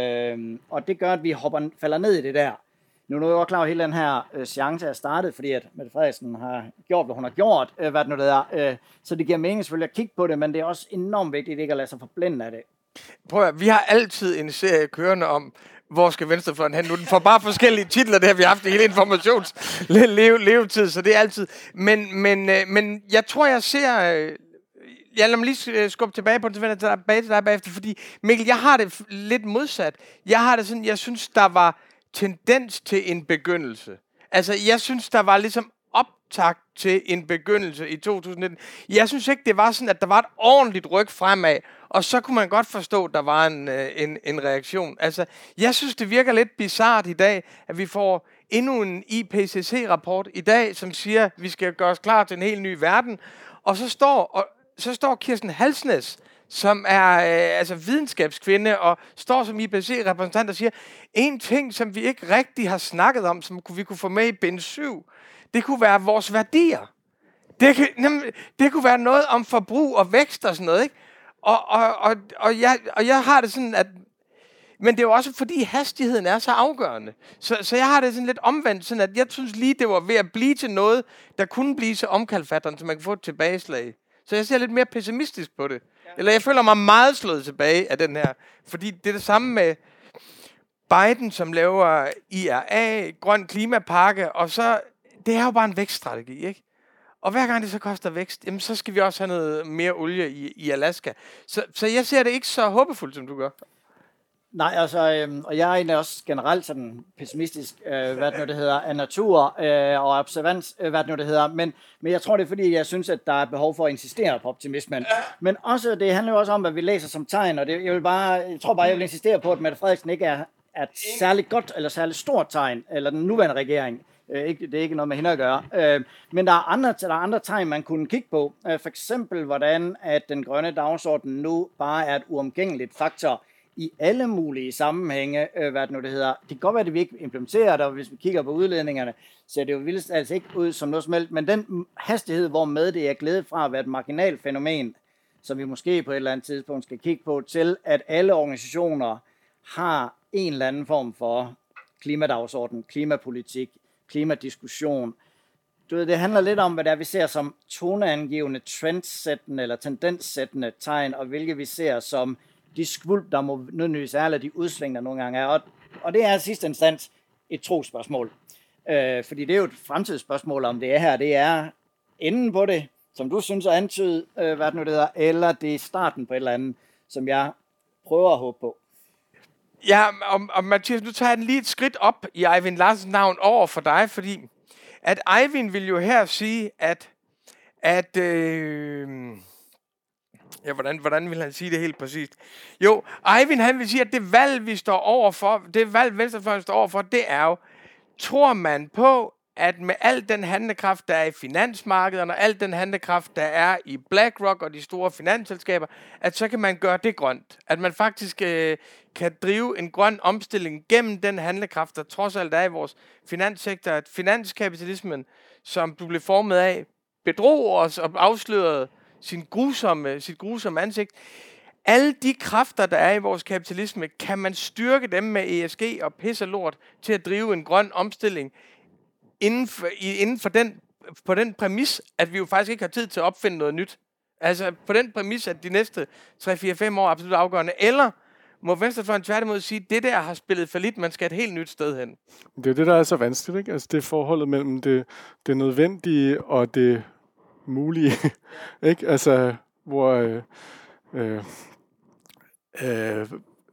og det gør, at vi hopper, falder ned i det der. Nu er jeg jo klar over, at hele den her øh, chance er startet, fordi at Mette Frederiksen har gjort, hvad hun har gjort, øh, hvad det nu det er. Øh, så det giver mening selvfølgelig at kigge på det, men det er også enormt vigtigt ikke at lade sig forblænde af det. Prøv at, vi har altid en serie kørende om, hvor skal venstrefløjen hen nu. Den får bare forskellige titler, det har vi haft i hele informations leve, levetid, så det er altid. Men, men, øh, men jeg tror, jeg ser... Øh, jeg lader mig lige skubbe tilbage på det, tilbage til dig bagefter, fordi Mikkel, jeg har det lidt modsat. Jeg har det sådan, jeg synes, der var tendens til en begyndelse. Altså, jeg synes, der var ligesom optakt til en begyndelse i to tusind nitten. Jeg synes ikke, det var sådan, at der var et ordentligt ryg fremad, og så kunne man godt forstå, at der var en, en, en reaktion. Altså, jeg synes, det virker lidt bizart i dag, at vi får endnu en I P C C-rapport i dag, som siger, at vi skal gøre os klar til en helt ny verden, og så står, og, så står Kirsten Halsnæs, som er øh, altså videnskabskvinde og står som I P C C-repræsentant og siger, en ting, som vi ikke rigtig har snakket om, som vi kunne få med i bind syv, det kunne være vores værdier. Det, kan, jamen, det kunne være noget om forbrug og vækst og sådan noget, ikke? Og, og, og, og, jeg, og jeg har det sådan, at... Men det er jo også, fordi hastigheden er så afgørende. Så, så jeg har det sådan lidt omvendt, sådan at jeg synes lige, det var ved at blive til noget, der kunne blive så omkalfatrende, så man kan få et tilbageslag. Så jeg ser lidt mere pessimistisk på det. Eller jeg føler mig meget slået tilbage af den her. Fordi det er det samme med Biden, som laver I R A, grøn klimapakke, og så, det er jo bare en vækststrategi, ikke? Og hver gang det så koster vækst, jamen så skal vi også have noget mere olie i, i Alaska. Så, så jeg ser det ikke så håbefuldt, som du gør. Nej, altså, øh, og jeg er egentlig også generelt sådan pessimistisk, øh, hvad det nu det hedder, af natur øh, og observans, øh, hvad det nu det hedder, men, men jeg tror det er fordi, jeg synes, at der er behov for at insistere på optimismen. Men også, det handler jo også om, hvad vi læser som tegn, og det, jeg vil bare, jeg tror bare, jeg vil insistere på, at Mette Frederiksen ikke er er et særligt godt eller særligt stort tegn, eller den nuværende regering. Øh, ikke, det er ikke noget med hende at gøre. Øh, men der er, andre, der er andre tegn, man kunne kigge på. Øh, for eksempel, hvordan at den grønne dagsorden nu bare er et uomgængeligt faktor i alle mulige sammenhænge, øh, hvad det nu det hedder. Det kan godt være, at vi ikke implementerer det, og hvis vi kigger på udledningerne, ser det jo vildt altså ikke ud som noget som helst, men den hastighed, hvormed det er glædet fra at være et marginalt fænomen, som vi måske på et eller andet tidspunkt skal kigge på, til at alle organisationer har en eller anden form for klimadagsorden, klimapolitik, klimadiskussion. Du ved, det handler lidt om, hvad det er, vi ser som toneangivende, trendsættende eller tendenssættende tegn, og hvilke vi ser som de skvulp, der må nødvendigvis er, eller de udsving, der nogle gange er. Og, og det er i sidste instans et trospørgsmål. Øh, fordi det er jo et fremtidsspørgsmål, om det er her, det er enden på det, som du synes at antyde, øh, hvad det nu det hedder, eller det er starten på et eller andet, som jeg prøver at håbe på. Ja, og, og Mathias, nu tager jeg den lige et skridt op i Eivind Larsens navn over for dig, fordi at Eivind vil jo her sige, at, at øh, ja, hvordan, hvordan vil han sige det helt præcist? Jo, Eivind han vil sige, at det valg, vi står overfor, det valg, venstrefløjen står overfor, det er jo, tror man på, at med al den handlekraft, der er i finansmarkederne, og al den handlekraft, der er i BlackRock og de store finansselskaber, at så kan man gøre det grønt. At man faktisk øh, kan drive en grøn omstilling gennem den handlekraft, der trods alt er i vores finanssektor. At finanskapitalismen, som du blev formet af, bedrog os og afslørede sin grusomme, sit grusomme ansigt. Alle de kræfter, der er i vores kapitalisme, kan man styrke dem med E S G og pisse lort til at drive en grøn omstilling, Inden for, inden for den, på den præmis, at vi jo faktisk ikke har tid til at opfinde noget nyt. Altså på den præmis, at de næste tre fire fem år er absolut afgørende. Eller må venstrefløjen tværtimod sige, at det der har spillet fallit, man skal et helt nyt sted hen. Det er det, der er så vanskeligt, ikke? Altså det er forholdet mellem det, det nødvendige og det mulige. Ikke? Altså hvor øh, øh, øh,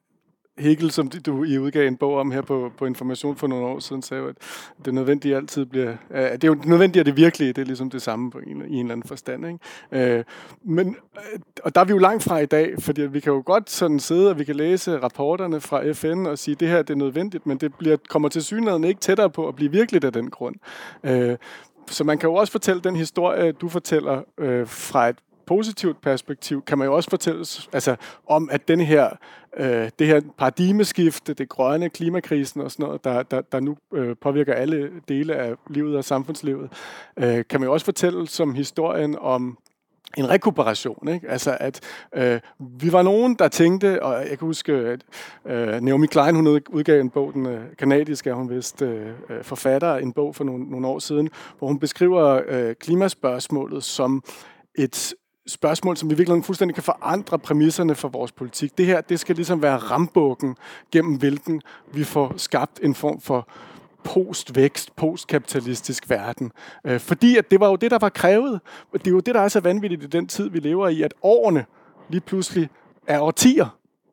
Hegel, som du I udgav en bog om her på, på Information for nogle år siden, sagde, at det nødvendige altid bliver... Øh, det er jo nødvendigt, at det virkelige, det er ligesom det samme på en, i en eller anden forstand. Ikke? Øh, men, og der er vi jo langt fra i dag, fordi vi kan jo godt sådan sidde, og vi kan læse rapporterne fra F N og sige, at det her det er nødvendigt, men det bliver, kommer til synligheden ikke tættere på at blive virkeligt af den grund. Øh, så man kan jo også fortælle den historie, du fortæller øh, fra et positivt perspektiv, kan man jo også fortælle altså, om, at denne her, øh, det her paradigmeskifte, det grønne, klimakrisen og sådan noget, der, der, der nu øh, påvirker alle dele af livet og samfundslivet, øh, kan man jo også fortælle som historien om en rekuperation, ikke? Altså at øh, vi var nogen, der tænkte, og jeg kan huske, at øh, Naomi Klein, hun udgav en bog, den øh, kanadiske, er hun vist øh, forfatter, en bog for nogle, nogle år siden, hvor hun beskriver øh, klimaspørgsmålet som et spørgsmål, som vi virkelig fuldstændig kan forandre præmisserne for vores politik. Det her, det skal ligesom være rambukken, gennem hvilken vi får skabt en form for postvækst, postkapitalistisk verden. Øh, fordi at det var jo det, der var krævet. Det er jo det, der er så vanvittigt i den tid, vi lever i, at årene lige pludselig er årtier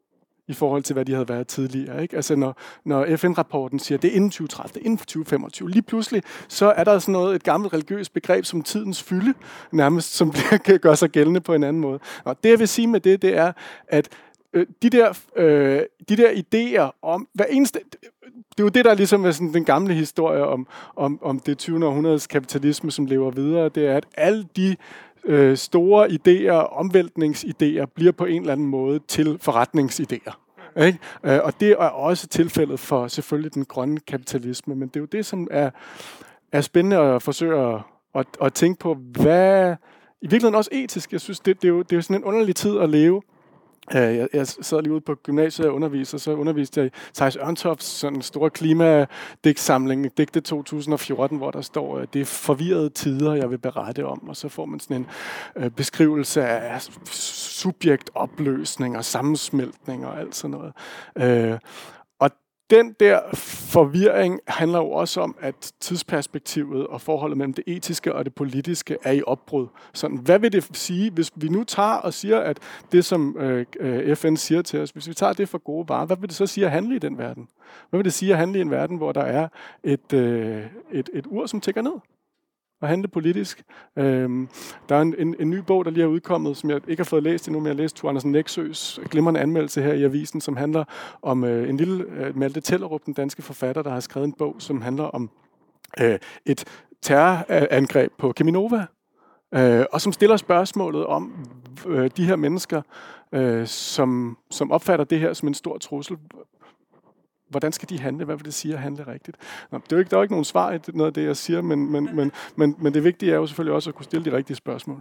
i forhold til, hvad de havde været tidligere. Ikke? Altså når, når F N-rapporten siger, at det er inden tyve tredive, det er inden tyve femogtyve, lige pludselig, så er der sådan noget, et gammelt religiøst begreb som tidens fylde, nærmest, som bliver, gør sig gældende på en anden måde. Og det, jeg vil sige med det, det er, at øh, de, der, øh, de der idéer om, hver eneste... Det er jo det, der ligesom er sådan den gamle historie om, om, om det tyvende århundredes kapitalisme, som lever videre, det er, at alle de øh, store idéer, omvæltningsidéer, bliver på en eller anden måde til forretningsidéer. Ikke? Øh, og det er også tilfældet for selvfølgelig den grønne kapitalisme, men det er jo det, som er, er spændende at forsøge at, at, at tænke på, hvad i virkeligheden også etisk. Jeg synes, det, det, er jo, det er jo sådan en underlig tid at leve. Jeg, jeg sad lige ude på gymnasiet og underviste, og så underviste jeg i Theis Ørntofts sådan store klimadigtsamling, digte to tusind og fjorten, hvor der står, at det er forvirrede tider, jeg vil berette om, og så får man sådan en øh, beskrivelse af subjektopløsning og sammensmeltning og alt sådan noget. Øh, og den der forvirring handler jo også om, at tidsperspektivet og forholdet mellem det etiske og det politiske er i opbrud. Sådan, hvad vil det sige, hvis vi nu tager og siger, at det, som øh, F N siger til os, hvis vi tager det for gode varer, hvad vil det så sige at handle i den verden? Hvad vil det sige at handle i en verden, hvor der er et, øh, et, et ur, som tækker ned? at handle politisk. Øhm, der er en, en, en ny bog, der lige er udkommet, som jeg ikke har fået læst endnu, men jeg har læst Thor Andersen Nexøs glimrende anmeldelse her i avisen, som handler om øh, en lille øh, Malte Tellerup, den danske forfatter, der har skrevet en bog, som handler om øh, et terrorangreb på Cheminova, øh, og som stiller spørgsmålet om øh, de her mennesker, øh, som, som opfatter det her som en stor trussel. Hvordan skal de handle? Hvad vil det sige at handle rigtigt? Nå, det er jo ikke, der er jo ikke nogen svar i noget af det, jeg siger, men, men, men, men, men det vigtige er jo selvfølgelig også at kunne stille de rigtige spørgsmål.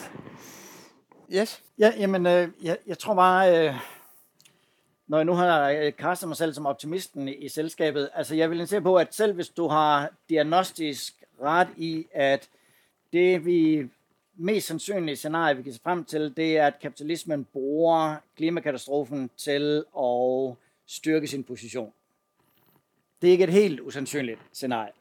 Yes. Ja, jamen, øh, jeg, jeg tror bare, øh, når jeg nu har kastet mig selv som optimisten i, i selskabet, altså jeg vil se på, at selv hvis du har diagnostisk ret i, at det vi mest sandsynlige scenarie, vi kan se frem til, det er, at kapitalismen bruger klimakatastrofen til at styrke sin position. Det er ikke et helt usandsynligt scenarie.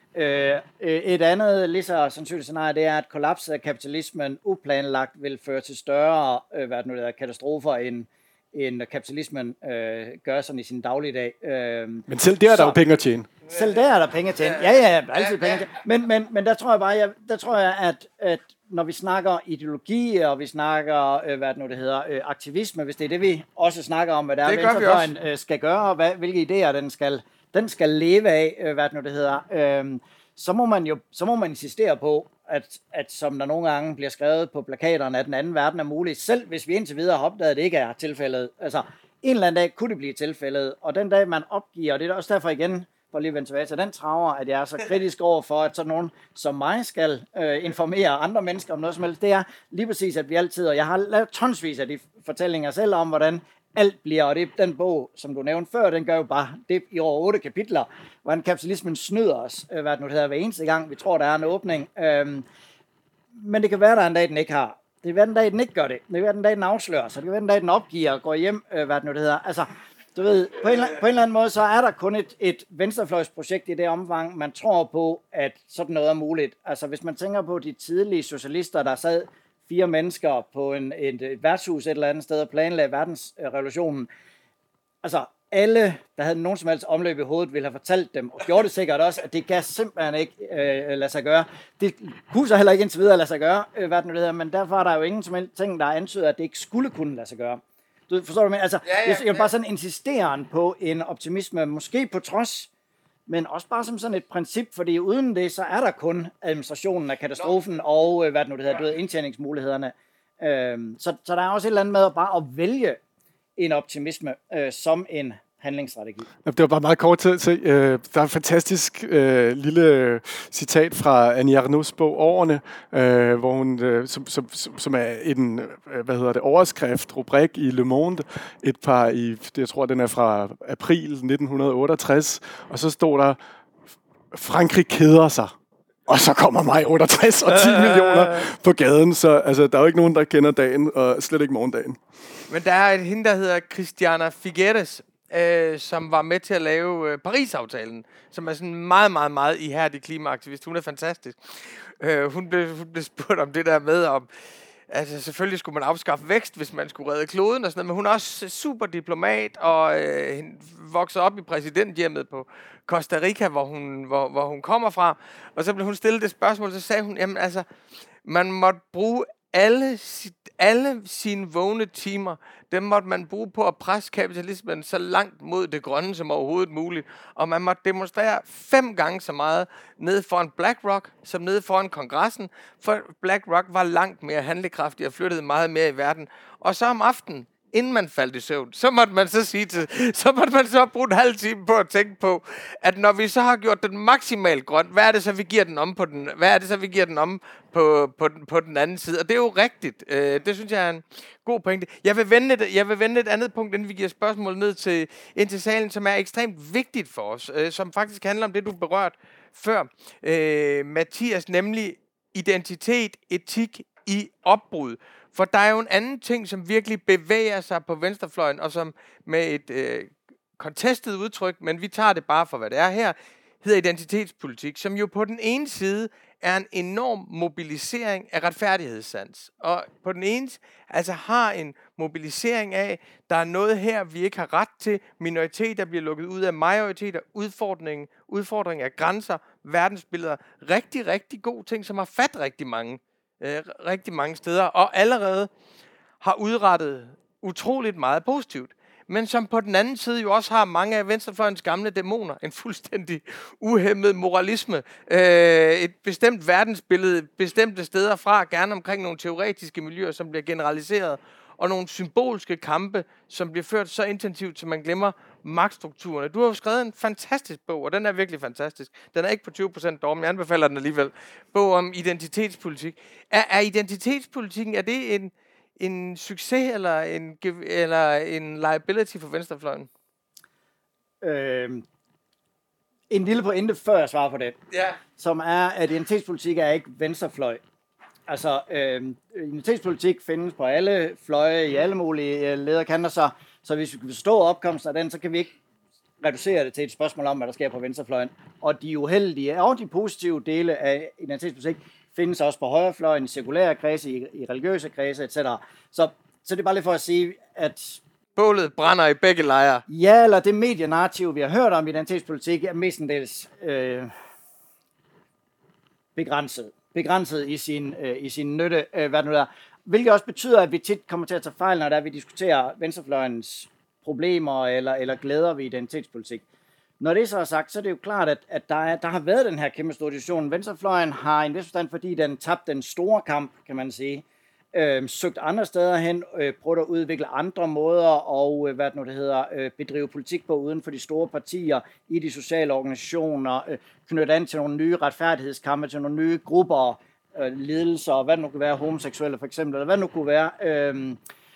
Et andet lige så sandsynligt scenarie, det er, at kollapset af kapitalismen uplanlagt vil føre til større hvad det nu hedder, katastrofer, end, end kapitalismen øh, gør sådan i sin dagligdag. Men selv der er der jo penge at tjene. Selv der er der penge at tjene. Ja, ja, altid penge at tjene. Men, men, men der tror jeg bare, jeg, der tror jeg, at, at når vi snakker ideologi, og vi snakker, øh, hvad det nu det hedder, øh, aktivisme, hvis det er det, vi også snakker om, hvad der det er, venstrefløjen øh, skal gøre, og hvad, hvilke idéer den skal, den skal leve af, øh, hvad det nu det hedder, øh, så må man jo, så må man insistere på, at, at som der nogle gange bliver skrevet på plakaterne, at den anden verden er mulig, selv hvis vi indtil videre har opdaget, at det ikke er tilfældet. Altså, en eller anden dag kunne det blive tilfældet, og den dag man opgiver, og det er også derfor igen, for lige at vende tilbage til den traver, at jeg er så kritisk over for, at sådan nogen som mig skal øh, informere andre mennesker om noget som helst. Det er lige præcis, at vi altid, og jeg har lavet tonsvis af de fortællinger selv om, hvordan alt bliver, og det er den bog, som du nævnte før, den gør jo bare det i over otte kapitler, hvordan kapitalismen snyder os, øh, hvad det nu hedder, hver eneste gang, vi tror, der er en åbning. Øhm, men det kan være, der er en dag, den ikke har. Det kan være, den dag, den ikke gør det. Det kan være, den dag, den afslører sig. Det kan være, den dag, den opgiver og går hjem, øh, hvad det nu hedder. Altså, du ved, på en, på en eller anden måde, så er der kun et, et venstrefløjsprojekt i det omfang, man tror på, at sådan noget er muligt. Altså, hvis man tænker på de tidlige socialister, der sad fire mennesker på en, et, et værtshus et eller andet sted og planlagde verdensrevolutionen. Altså, alle, der havde nogen som helst omløb i hovedet, ville have fortalt dem, og gjorde det sikkert også, at det kan simpelthen ikke øh, lade sig gøre. Det kunne så heller ikke indtil videre lade sig gøre, øh, hvad det nu hedder, men derfor er der jo ingen som helst ting, der antyder, at det ikke skulle kunne lade sig gøre. Du forstår du, men altså, ja, ja, jeg vil bare sådan insistere på en optimisme, måske på trods, men også bare som sådan et princip, fordi uden det, så er der kun administrationen af katastrofen no. og, hvad det nu det hedder, du ved, indtjeningsmulighederne. Øhm, så, så der er også et eller andet med at bare at vælge en optimisme øh, som en handlingsstrategi. Det var bare meget kort tid til. Øh, der er et fantastisk øh, lille citat fra Annie Ernauds bog Årene, øh, hvor hun, øh, som, som, som er en øh, hvad hedder det, overskrift, rubrik i Le Monde, et par i, det, jeg tror, den er fra april nitten otteogtres, og så stod der, Frankrig keder sig. Og så kommer maj otteogtres og ti millioner på gaden, så altså, der er jo ikke nogen, der kender dagen, og slet ikke morgendagen. Men der er et hende, der hedder Christiana Figueres, øh, som var med til at lave øh, Paris-aftalen, som er sådan en meget, meget, meget ihærdig klimaaktivist. Hun er fantastisk. Øh, hun, blev, hun blev spurgt om det der med, om altså selvfølgelig skulle man afskaffe vækst, hvis man skulle redde kloden og sådan noget, men hun er også super diplomat og øh, voksede op i præsidenthjemmet på Costa Rica, hvor hun, hvor, hvor hun kommer fra. Og så blev hun stillet det spørgsmål, så sagde hun, jamen altså, man måtte bruge alle, alle sine vågne timer, dem måtte man bruge på at presse kapitalismen så langt mod det grønne som overhovedet muligt. Og man måtte demonstrere fem gange så meget nede foran BlackRock, som nede foran kongressen, for BlackRock var langt mere handlekraftig og flyttede meget mere i verden. Og så om aftenen, inden man faldt i søvn, så måtte man så sige til, så måtte man så bruge en halv time på at tænke på, at når vi så har gjort den maksimalt grøn, hvad er det så vi giver den om på den, hvad er det så vi giver den om på på den, på den anden side? Og det er jo rigtigt. Øh, det synes jeg er en god pointe. Jeg vil vende et, jeg vil vende et andet punkt, inden vi giver spørgsmål ned til ind til salen, som er ekstremt vigtigt for os, øh, som faktisk handler om det du berørte før, øh, Mathias, nemlig identitet, etik i opbrud. For der er jo en anden ting, som virkelig bevæger sig på venstrefløjen, og som med et øh, contestet udtryk, men vi tager det bare for, hvad det er her, hedder identitetspolitik, som jo på den ene side er en enorm mobilisering af retfærdighedssans. Og på den ene altså har en mobilisering af, der er noget her, vi ikke har ret til, minoriteter bliver lukket ud af majoriteter, udfordring, udfordring af grænser, verdensbilleder. Rigtig, rigtig gode ting, som har fat rigtig mange, øh, rigtig mange steder, og allerede har udrettet utroligt meget positivt. Men som på den anden side jo også har mange af venstrefløjens gamle dæmoner. En fuldstændig uhæmmet moralisme. Øh, et bestemt verdensbillede, bestemte steder fra, gerne omkring nogle teoretiske miljøer, som bliver generaliseret, og nogle symbolske kampe, som bliver ført så intensivt, så man glemmer magtstrukturerne. Du har jo skrevet en fantastisk bog, og den er virkelig fantastisk. Den er ikke på tyve procent dog, men jeg anbefaler den alligevel. Bog om identitetspolitik. Er, er identitetspolitikken, er det en, en succes eller en, eller en liability for venstrefløjen? Øh, en lille pointe, før jeg svarer på det. Ja. Som er, at identitetspolitik er ikke venstrefløj. Altså, øh, identitetspolitik findes på alle fløje, i alle mulige øh, lederkanter, så, så hvis vi kan forstå opkomsten af den, så kan vi ikke reducere det til et spørgsmål om, hvad der sker på venstrefløjen. Og de uheldige og de positive dele af identitetspolitik findes også på højrefløjen, i sekulære kredse, i, i religiøse kredse, et cetera. Så, så det er bare lige for at sige, at bålet brænder i begge lejre. Ja, eller det medienarrativ, vi har hørt om identitetspolitik, er mestendels øh, begrænset. Begrænset i sin, øh, i sin nytte, øh, hvad det nu er. Hvilket også betyder, at vi tit kommer til at tage fejl, når der vi diskuterer venstrefløjens problemer eller, eller glæder ved identitetspolitik. Når det så er sagt, så er det jo klart, at, at der, er, der har været den her kæmpe store diskussion. Venstrefløjen har en vis forstand, fordi den tabte den store kamp, kan man sige, øh, søgt andre steder hen, øh, prøvet at udvikle andre måder og øh, hvad det nu det hedder, øh, bedrive politik på uden for de store partier, i de sociale organisationer, øh, knytte an til nogle nye retfærdighedskampe, til nogle nye grupper, øh, lidelser, hvad det nu kunne være, homoseksuelle for eksempel, eller hvad det nu kunne være. Øh,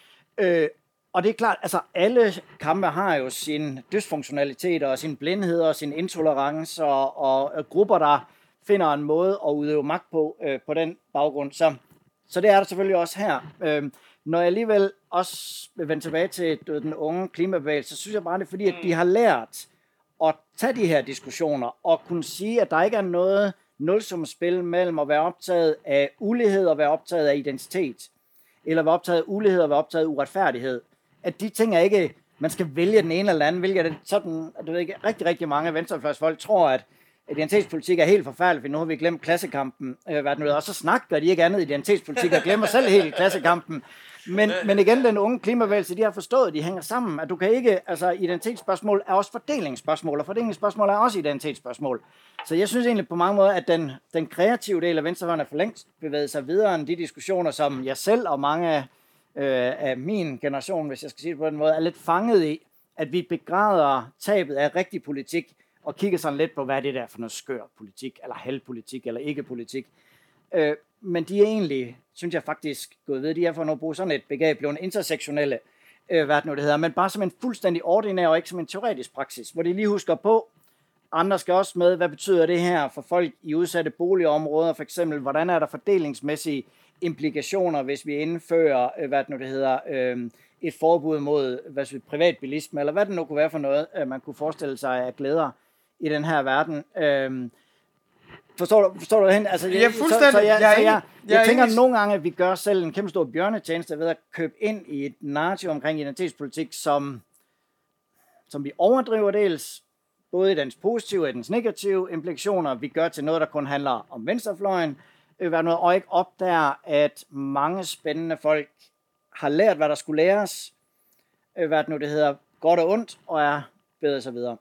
øh, og det er klart, altså alle kampe har jo sin dysfunktionalitet og sin blindhed og sin intolerance og, og, og grupper, der finder en måde at udøve magt på øh, på den baggrund. Så Så det er der selvfølgelig også her. Øhm, når jeg alligevel også vil vende tilbage til den unge klimabevægelse, så synes jeg bare, det er fordi, at de har lært at tage de her diskussioner og kunne sige, at der ikke er noget nulsumspil mellem at være optaget af ulighed og være optaget af identitet, eller være optaget af ulighed og være optaget af uretfærdighed. At de ting er ikke, man skal vælge den ene eller anden, hvilket er sådan, at du ved ikke, rigtig, rigtig mange venstrefløjsfolk tror, at identitetspolitik er helt forfærdeligt, for nu har vi glemt klassekampen, øh, og så snakker de ikke andet identitetspolitik, og glemmer selv helt klassekampen. Men, men igen, den unge klimabevægelse, de har forstået, de hænger sammen, at du kan ikke, altså identitetsspørgsmål er også fordelingsspørgsmål, og fordelingsspørgsmål er også identitetsspørgsmål. Så jeg synes egentlig på mange måder, at den, den kreative del af venstrefløjen er for længst bevæget sig videre end de diskussioner, som jeg selv og mange øh, af min generation, hvis jeg skal sige det på den måde, er lidt fanget i, at vi begræder tabet af rigtig politik, og kigger sådan lidt på, hvad er det der for noget skør politik, eller halvpolitik, eller ikke-politik. Øh, men de er egentlig, synes jeg faktisk, gået ved, de er for at bruge sådan et begreb, blevet intersektionelle, øh, hvad det nu det hedder, men bare som en fuldstændig ordinær, og ikke som en teoretisk praksis, hvor de lige husker på, andre skal også med, hvad betyder det her for folk i udsatte boligområder, for eksempel, hvordan er der fordelingsmæssige implikationer, hvis vi indfører, øh, hvad det nu det hedder, øh, et forbud mod hvad siger, privatbilisme, eller hvad det nu kunne være for noget, øh, man kunne forestille sig af glæder i den her verden. Øhm, forstår du, forstår du hen? Altså, jeg, ja, fuldstændig. Så, så jeg, jeg, så jeg, jeg, jeg tænker enig. nogle gange, at vi gør selv en kæmpe stor bjørnetjeneste ved at købe ind i et narrativ omkring identitetspolitik, som, som vi overdriver dels, både i dens positive og i dens negative implikationer. Vi gør til noget, der kun handler om venstrefløjen, og ikke opdager, at mange spændende folk har lært, hvad der skulle læres, hvad det nu det hedder, godt og ondt, og er bedre så videre.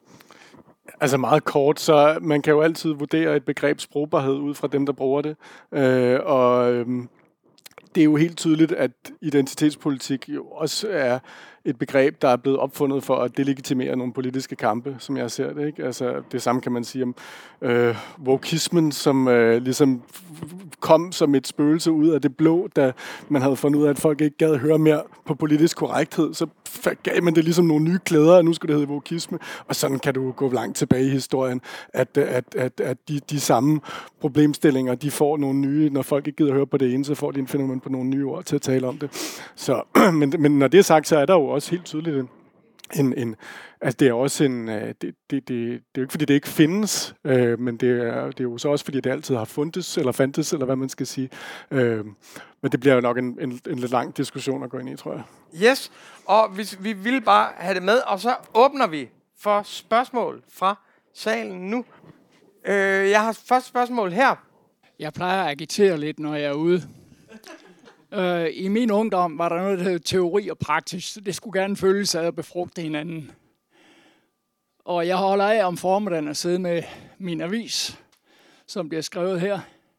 Altså meget kort, så man kan jo altid vurdere et begrebs brugbarhed ud fra dem, der bruger det. Øh, og øhm, det er jo helt tydeligt, at identitetspolitik jo også er et begreb, der er blevet opfundet for at delegitimere nogle politiske kampe, som jeg ser det. Ikke? Altså, det samme kan man sige om øh, wokismen, som øh, ligesom kom som et spøgelse ud af det blå, da man havde fundet ud af, at folk ikke gad høre mere på politisk korrekthed. Så gav man det ligesom nogle nye klæder, og nu skulle det hedde wokisme. Og sådan kan du gå langt tilbage i historien, at, at, at, at de, de samme problemstillinger, de får nogle nye, når folk ikke gider høre på det ene, så får de en fænomen på nogle nye ord til at tale om det. Så, men, men når det er sagt, så er der jo også helt tydeligt en, en, en altså det er også en, det, det, det, det er jo ikke fordi det ikke findes, øh, men det er, det er jo så også fordi det altid har fundet eller fandtes, eller hvad man skal sige. Øh, men det bliver jo nok en, en, en lidt lang diskussion at gå ind i, tror jeg. Yes, og hvis vi vil bare have det med, og så åbner vi for spørgsmål fra salen nu. Øh, jeg har første spørgsmål her. Jeg plejer at agitere lidt, når jeg er ude. Øh, I min ungdom var der noget, der hed teori og praksis. Det skulle gerne føles ad og befrugte hinanden. Og jeg holder af om formiddagen at sidde med min avis, som bliver skrevet her,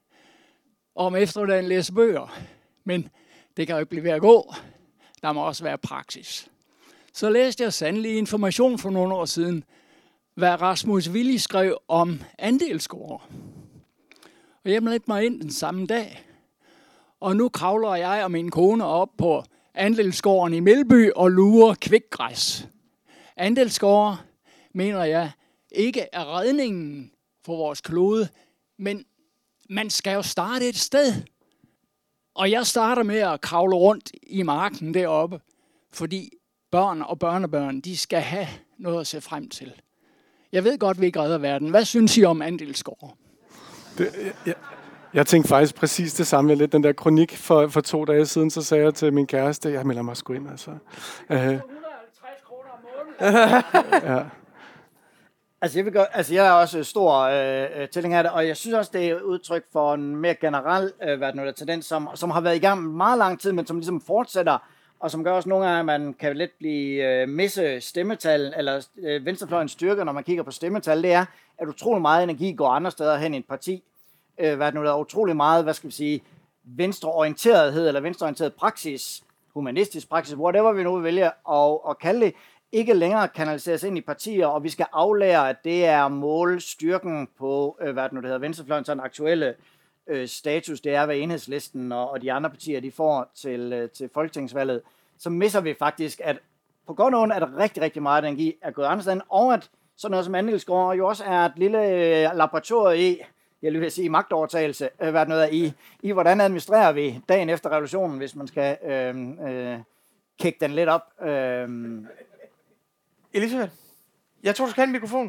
og om eftermiddagen læse bøger. Men det kan jo ikke blive ved at gå. Der må også være praksis. Så læste jeg sandelig Information for nogle år siden, hvad Rasmus Willi skrev om andelsscorer. Og jeg meldte mig ind den samme dag. Og nu kravler jeg og min kone op på andelsscoren i Melby og lurer kvikgræs. Andelsscorer, mener jeg, ikke er redningen for vores klode, men man skal jo starte et sted. Og jeg starter med at kravle rundt i marken deroppe, fordi børn og børnebørn, de skal have noget at se frem til. Jeg ved godt, vi ikke redder verden. Hvad synes I om andelsscorer? Det, jeg, jeg tænkte faktisk præcis det samme. Jeg lidt den der kronik for, for to dage siden, så sagde jeg til min kæreste, jeg melder mig sgu ind, altså. Uh, to hundrede og halvtreds kroner om måneden. ja. Altså jeg, vil gøre, altså jeg er også stor øh, tilhænger af det, og jeg synes også, det er udtryk for en mere generel øh, hvad det tendens, som, som har været i gang meget lang tid, men som ligesom fortsætter, og som gør også nogle gange, at man kan let blive øh, misse stemmetal, eller øh, venstrefløjens styrke, når man kigger på stemmetal, det er, at utrolig meget energi går andre steder hen i et parti. Øh, hvad det nu er utrolig meget, hvad skal vi sige, venstreorienterethed, eller venstreorienteret praksis, humanistisk praksis, whatever vi nu vil vælge at, at kalde det, ikke længere kanaliseres ind i partier, og vi skal aflære, at det er mål styrken på, øh, hvad det nu det hedder, venstrefløjens sådan aktuelle øh, status, det er, hvad Enhedslisten og, og de andre partier, de får til, øh, til folketingsvalget, så misser vi faktisk, at på godt og ondt er der rigtig, rigtig meget energi at gå andre steder, og at sådan noget som andelsscorer jo også er et lille øh, laboratorium i, jeg vil sige magtovertagelse, øh, hvad det nu er, i, i hvordan administrerer vi dagen efter revolutionen, hvis man skal øh, øh, kigge den lidt op. Øh, Elisabeth, jeg tror, du skal have en mikrofon.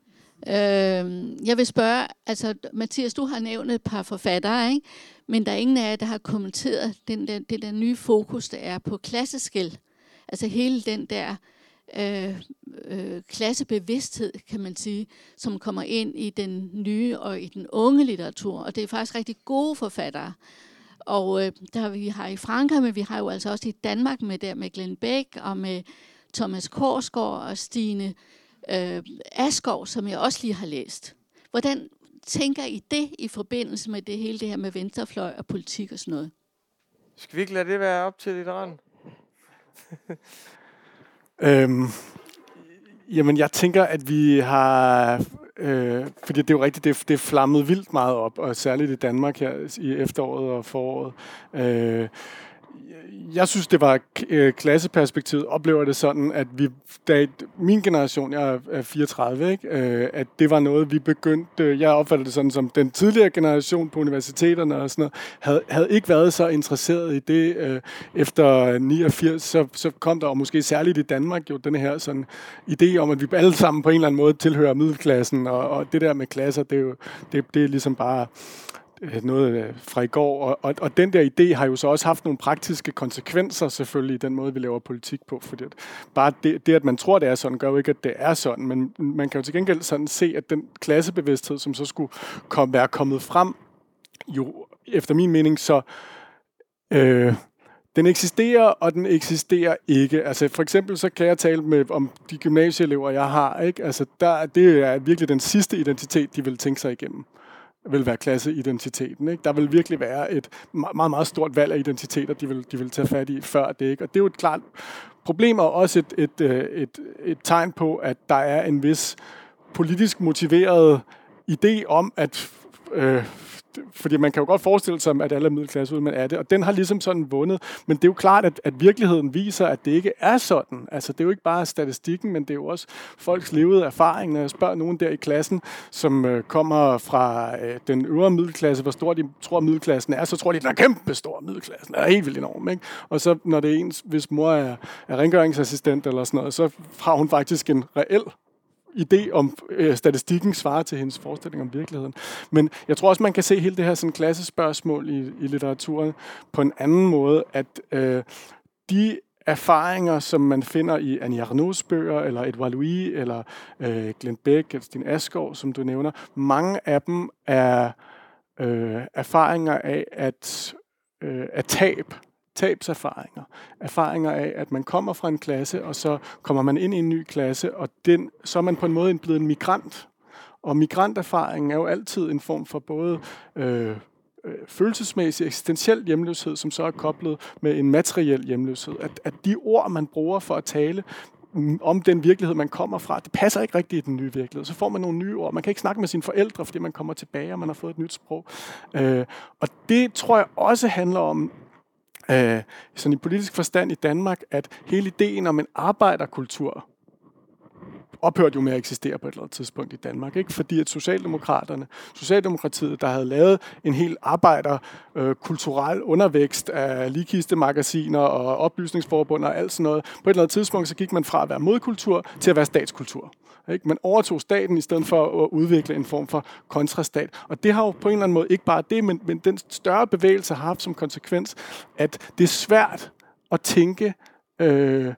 Øh, jeg vil spørge, altså Mathias, du har nævnt et par forfattere, ikke? Men der er ingen af jer, der har kommenteret den der, det der nye fokus, der er på klasseskel. Altså hele den der øh, øh, klassebevidsthed, kan man sige, som kommer ind i den nye og i den unge litteratur. Og det er faktisk rigtig gode forfattere. Og øh, der vi har i Frankrig, men vi har jo altså også i Danmark med der med Glenn Beck og med Thomas Korsgaard og Stine øh, Askov, som jeg også lige har læst. Hvordan tænker I det i forbindelse med det hele det her med venstrefløj og politik og sådan noget? Skal vi ikke lade det være op til litteraten? øhm, jamen, jeg tænker, at vi har... Øh, fordi det er jo rigtigt, det, det er flammet vildt meget op, og særligt i Danmark her i efteråret og foråret. Øh, Jeg synes, det var øh, klasseperspektivet, oplever det sådan, at vi, da min generation, jeg er fireogtredive, ikke, øh, at det var noget, vi begyndte, jeg opfattede det sådan, som den tidligere generation på universiteterne og sådan noget, havde, havde ikke været så interesseret i det. Øh, efter niogfirs, så, så kom der, og måske særligt i Danmark, jo den her sådan idé om, at vi alle sammen på en eller anden måde tilhører middelklassen, og, og det der med klasser, det er jo det, det er ligesom bare noget fra i går, og, og, og den der idé har jo så også haft nogle praktiske konsekvenser selvfølgelig i den måde, vi laver politik på, fordi at bare det, det, at man tror, det er sådan, gør jo ikke, at det er sådan, men man kan jo til gengæld sådan se, at den klassebevidsthed, som så skulle komme, være kommet frem, jo efter min mening så øh, den eksisterer, og den eksisterer ikke. Altså for eksempel så kan jeg tale med om de gymnasieelever, jeg har, ikke? Altså der, det er virkelig den sidste identitet, de vil tænke sig igennem. Vil være klasseidentiteten, ikke? Der vil virkelig være et meget, meget stort valg af identiteter, de vil, de vil tage fat i før det, ikke? Og det er jo et klart problem, og også et, et, et, et, et tegn på, at der er en vis politisk motiveret idé om, at øh, fordi man kan jo godt forestille sig, at alle er middelklasse ud, men er det, og den har ligesom sådan vundet. Men det er jo klart, at, at virkeligheden viser, at det ikke er sådan. Altså det er jo ikke bare statistikken, men det er jo også folks levede erfaring. Når jeg spørger nogen der i klassen, som øh, kommer fra øh, den øvre middelklasse, hvor stor de tror, middelklassen er, så tror de, at den er kæmpe stor, middelklassen er helt vildt enorm, ikke? Og så når det er ens, hvis mor er, er rengøringsassistent eller sådan noget, så har hun faktisk en reel idé om øh, statistikken svarer til hendes forestilling om virkeligheden. Men jeg tror også, man kan se hele det her sådan klassespørgsmål i, i litteraturen på en anden måde, at øh, de erfaringer, som man finder i Annie Ernauds bøger, eller Edouard Louis, eller øh, Glenn Beck, eller Steen Askov, som du nævner, mange af dem er øh, erfaringer af at, øh, at tab, tabserfaringer. Erfaringer af, at man kommer fra en klasse, og så kommer man ind i en ny klasse, og den, så er man på en måde blevet en migrant. Og migranterfaringen er jo altid en form for både øh, følelsesmæssig, eksistentiel hjemløshed, som så er koblet med en materiel hjemløshed. At, at de ord, man bruger for at tale om den virkelighed, man kommer fra, det passer ikke rigtigt i den nye virkelighed. Så får man nogle nye ord. Man kan ikke snakke med sine forældre, fordi man kommer tilbage, og man har fået et nyt sprog. Øh, og det tror jeg også handler om, øh, sådan i politisk forstand i Danmark, at hele ideen om en arbejderkultur ophørte jo med at eksistere på et eller andet tidspunkt i Danmark, ikke? Fordi at Socialdemokraterne, Socialdemokratiet, der havde lavet en helt arbejderkulturel øh, undervækst af ligkistemagasiner og oplysningsforbund og alt sådan noget. På et eller andet tidspunkt, så gik man fra at være modkultur til at være statskultur. Ikke? Man overtog staten i stedet for at udvikle en form for kontrastat. Og det har jo på en eller anden måde ikke bare det, men, men den større bevægelse har haft som konsekvens, at det er svært at tænke øh,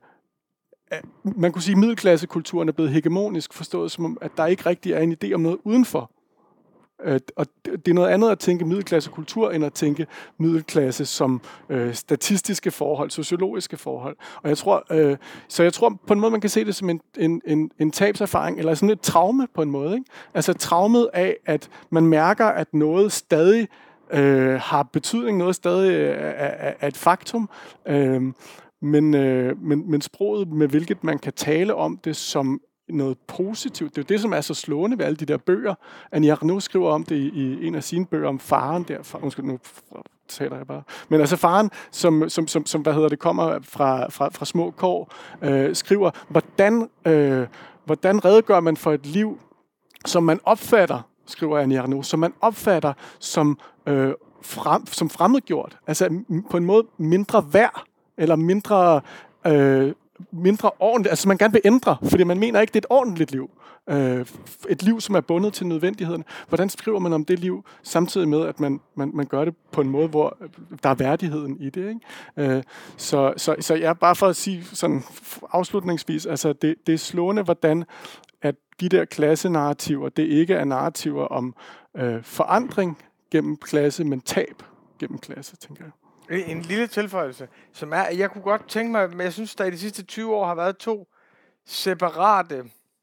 man kunne sige, at middelklassekulturen er blevet hegemonisk forstået, som om, at der ikke rigtig er en idé om noget udenfor. Og det er noget andet at tænke middelklassekultur, end at tænke middelklasse som øh, statistiske forhold, sociologiske forhold. Og jeg tror, øh, så jeg tror på en måde, man kan se det som en, en, en, en tabserfaring, eller sådan et traume på en måde. Ikke? Altså traumet af, at man mærker, at noget stadig øh, har betydning, noget stadig er, er, er et faktum, øh, Men, øh, men, men sproget, med hvilket man kan tale om det som noget positivt, det er jo det, som er så slående ved alle de der bøger. Annie Ernaux skriver om det i, i en af sine bøger om faren der. Far, undskyld, nu taler jeg bare. Men altså faren, som, som, som, som hvad hedder det, kommer fra, fra, fra små kår, øh, skriver, hvordan, øh, hvordan redegør man for et liv, som man opfatter, skriver Annie Ernaux, som man opfatter som, øh, frem, som fremmedgjort. Altså på en måde mindre værd, eller mindre, øh, mindre ordentligt, altså man gerne vil ændre, fordi man mener ikke, det er et ordentligt liv. Øh, et liv, som er bundet til nødvendigheden. Hvordan skriver man om det liv, samtidig med, at man, man, man gør det på en måde, hvor der er værdigheden i det. Ikke? Øh, så, så, så jeg er bare for at sige sådan afslutningsvis, altså det, det er slående, hvordan at de der klassenarrativer, det ikke er narrativer om øh, forandring gennem klasse, men tab gennem klasse, tænker jeg. En lille tilføjelse, som er, jeg kunne godt tænke mig, men jeg synes, der i de sidste tyve år har været to separate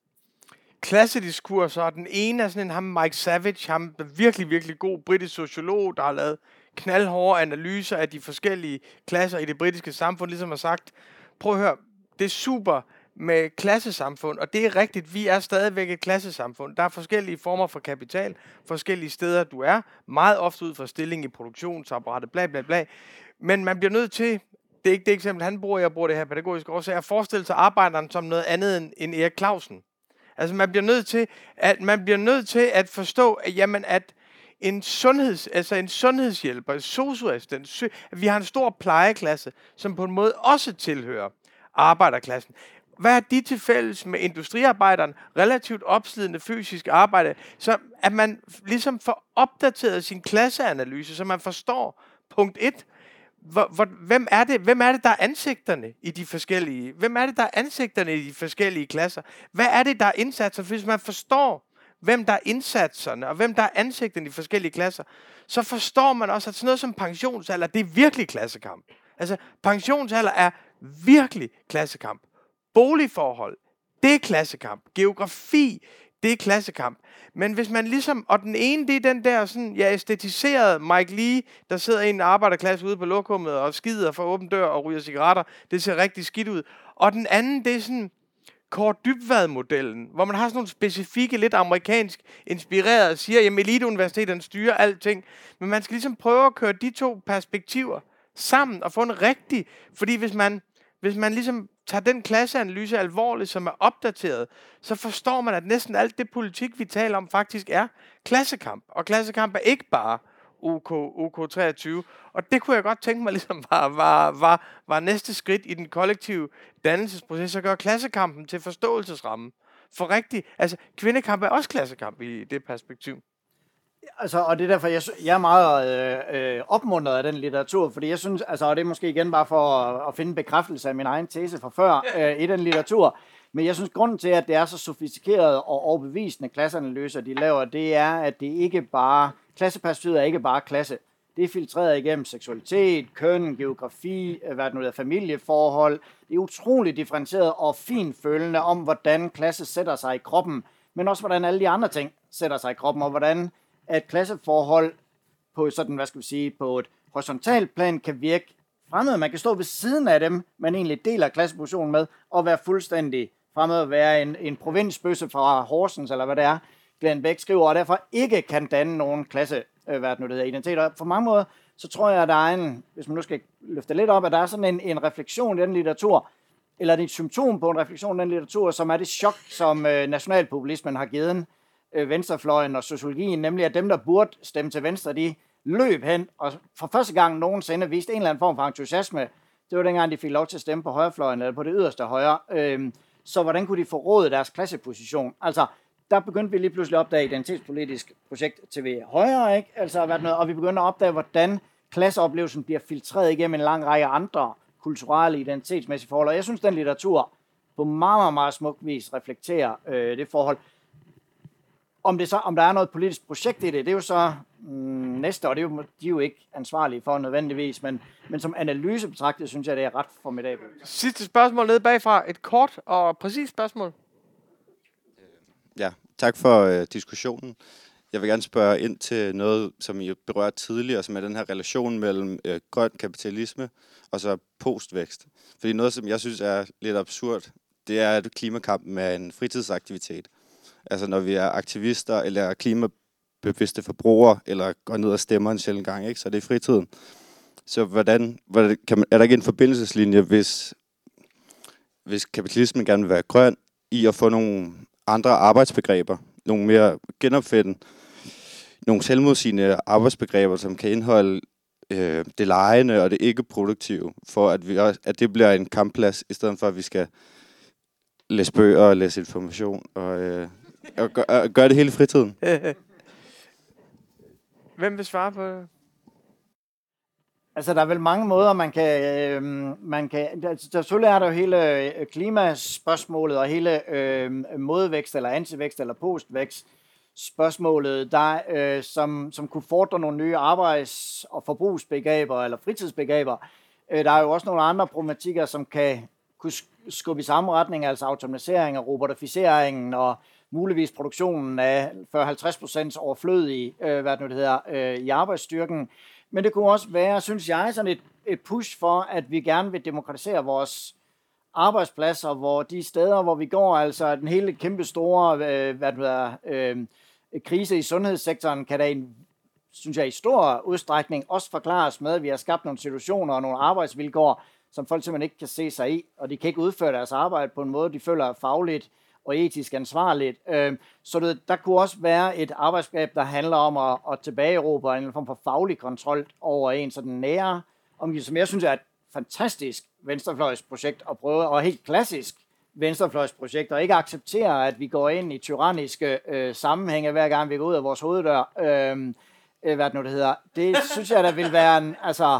klassediskurser, og den ene er sådan en ham Mike Savage, ham virkelig, virkelig god britisk sociolog, der har lavet knaldhårde analyser af de forskellige klasser i det britiske samfund, ligesom har sagt, prøv at høre, det er super med klassesamfund, og det er rigtigt, vi er stadigvæk et klassesamfund. Der er forskellige former for kapital, forskellige steder du er, meget ofte ud fra stilling i produktionsapparatet, bla bla bla. Men man bliver nødt til, det er ikke det eksempel, han bruger, jeg bruger det her pædagogiske årsag, at forestille sig arbejderen som noget andet end, end Erik Clausen. Altså man bliver nødt til, at man bliver nødt til at forstå, at, jamen, at en sundheds, altså en sundhedshjælper, en sosu-assistent, vi har en stor plejeklasse, som på en måde også tilhører arbejderklassen. Hvad er de til fælles med industriarbejderen, relativt opslidende fysisk arbejde, så at man ligesom får opdateret sin klasseanalyse, så man forstår, punkt et, hvor, hvor, hvem, er det, hvem er det, der er ansigterne i de forskellige, hvem er det, der er ansigterne i de forskellige klasser? Hvad er det, der er indsatser? Hvis man forstår, hvem der er indsatserne, og hvem der er ansigterne i de forskellige klasser, så forstår man også, at sådan noget som pensionsalder, det er virkelig klassekamp. Altså, pensionsalder er virkelig klassekamp. Boligforhold, det er klassekamp. Geografi, det er klassekamp. Men hvis man ligesom, og den ene, det er den der sådan, ja, æstetiserede Mike Lee, der sidder i en arbejderklasse ude på lokummet og skider for åben dør og ryger cigaretter. Det ser rigtig skidt ud. Og den anden, det er sådan Kåre Dybvad-modellen, hvor man har sådan nogle specifikke, lidt amerikansk inspirerede, og siger, jamen eliteuniversiteterne styrer alting. Men man skal ligesom prøve at køre de to perspektiver sammen og få en rigtig, fordi hvis man, hvis man ligesom tager den klasseanalyse alvorligt, som er opdateret, så forstår man, at næsten alt det politik, vi taler om, faktisk er klassekamp. Og klassekamp er ikke bare O K, O K treogtyve. Og det kunne jeg godt tænke mig, ligesom var, var, var, var næste skridt i den kollektive dannelsesproces, at gøre klassekampen til forståelsesrammen. For rigtigt, altså kvindekamp er også klassekamp i det perspektiv. Altså, og det er derfor, jeg, jeg er meget øh, øh, opmuntret af den litteratur, fordi jeg synes, altså, og det er måske igen bare for at, at finde bekræftelse af min egen tese fra før øh, i den litteratur, men jeg synes, grunden til, at det er så sofistikeret og overbevisende klasseanalyser, de laver, det er, at det ikke bare, klasseperspektivet er ikke bare klasse. Det er filtreret igennem seksualitet, køn, geografi, hvad det nu hedder, familieforhold. Det er utroligt differentieret og finfølende om, hvordan klasse sætter sig i kroppen, men også hvordan alle de andre ting sætter sig i kroppen, og hvordan at klasseforhold på sådan, hvad skal vi sige, på et horisontalt plan kan virke fremmed. Man kan stå ved siden af dem, man egentlig deler klassepositionen med, og være fuldstændig fremmed at være en, en provinsbøsse fra Horsens, eller hvad det er, Glenn Beck skriver, og derfor ikke kan danne nogen klasse, øh, hvad det nu hedder, identiteter. På mange måder, så tror jeg, at der er en, hvis man nu skal løfte lidt op, at der er sådan en, en refleksion i den litteratur, eller et symptom på en refleksion i den litteratur, som er det chok, som øh, nationalpopulismen har givet øh, venstrefløjen og sociologien, nemlig at dem, der burde stemme til venstre, de løb hen, og for første gang nogensinde viste en eller anden form for entusiasme. Det var dengang, de fik lov til at stemme på højrefløjen, eller på det yderste højre. Øh, så hvordan kunne de forråde deres klasseposition? Altså, der begyndte vi lige pludselig at opdage identitetspolitisk projekt til ved højre, ikke? Altså, hvad noget, og vi begyndte at opdage, hvordan klasseoplevelsen bliver filtreret igennem en lang række andre kulturelle, identitetsmæssige forhold. Og jeg synes, den litteratur på meget, meget, meget smuk vis reflekterer øh, det forhold. Om, det så, om der er noget politisk projekt i det, det er jo så mm, næste år, det er jo, de er jo ikke ansvarlige for nødvendigvis, men, men som analyse betragtet, synes jeg, det er ret formidabelt. Sidste spørgsmål nede bagfra. Et kort og præcist spørgsmål. Ja, tak for øh, diskussionen. Jeg vil gerne spørge ind til noget, som I berørte tidligere, som er den her relation mellem øh, grøn kapitalisme og så postvækst. Fordi noget, som jeg synes er lidt absurd, det er, at klimakampen er en fritidsaktivitet. Altså når vi er aktivister eller klimabevidste forbrugere, eller går ned og stemmer en sjældent gang, ikke? Så det er fritiden. Så hvordan, hvordan kan man, er der ikke en forbindelseslinje, hvis, hvis kapitalismen gerne vil være grøn, i at få nogle andre arbejdsbegreber, nogle mere genopfinde, nogle selvmodsigende arbejdsbegreber, som kan indeholde øh, det legende og det ikke-produktive, for at, vi også, at det bliver en kampplads, i stedet for at vi skal læse bøger og læse information og, øh, og, gør, og gøre det hele i fritiden. Hvem vil svare på det? Altså, der er vel mange måder, man kan... Øh, man kan der, der selvfølgelig er der jo hele klimaspørgsmålet og hele øh, modvækst eller antivækst eller postvækst spørgsmålet, der, øh, som, som kunne fordre nogle nye arbejds- og forbrugsbegreber eller fritidsbegreber. Øh, der er jo også nogle andre problematikker, som kan kunne skubbe i samme retning, altså automatisering og robotificeringen og muligvis produktionen af fyrre til halvtreds procent overflødige øh, hvad det nu det hedder, øh, i arbejdsstyrken. Men det kunne også være, synes jeg, sådan et, et push for, at vi gerne vil demokratisere vores arbejdspladser, hvor de steder, hvor vi går, altså den hele kæmpe store øh, hvad det hedder, øh, krise i sundhedssektoren, kan da en, synes jeg, i stor udstrækning også forklares med, at vi har skabt nogle situationer og nogle arbejdsvilkår, som folk simpelthen ikke kan se sig i, og de kan ikke udføre deres arbejde på en måde, de føler er fagligt og etisk ansvarligt. Så det, der kunne også være et arbejdsgreb, der handler om at, at tilbageråbe en form for faglig kontrol over en sådan nære omgivelse, som jeg synes er et fantastisk venstrefløjsprojekt at prøve, og helt klassisk venstrefløjsprojekt, og ikke acceptere, at vi går ind i tyranniske øh, sammenhænge, hver gang vi går ud af vores hoveddør. Øh, øh, hvad det nu det hedder. Det synes jeg, der vil være en, altså,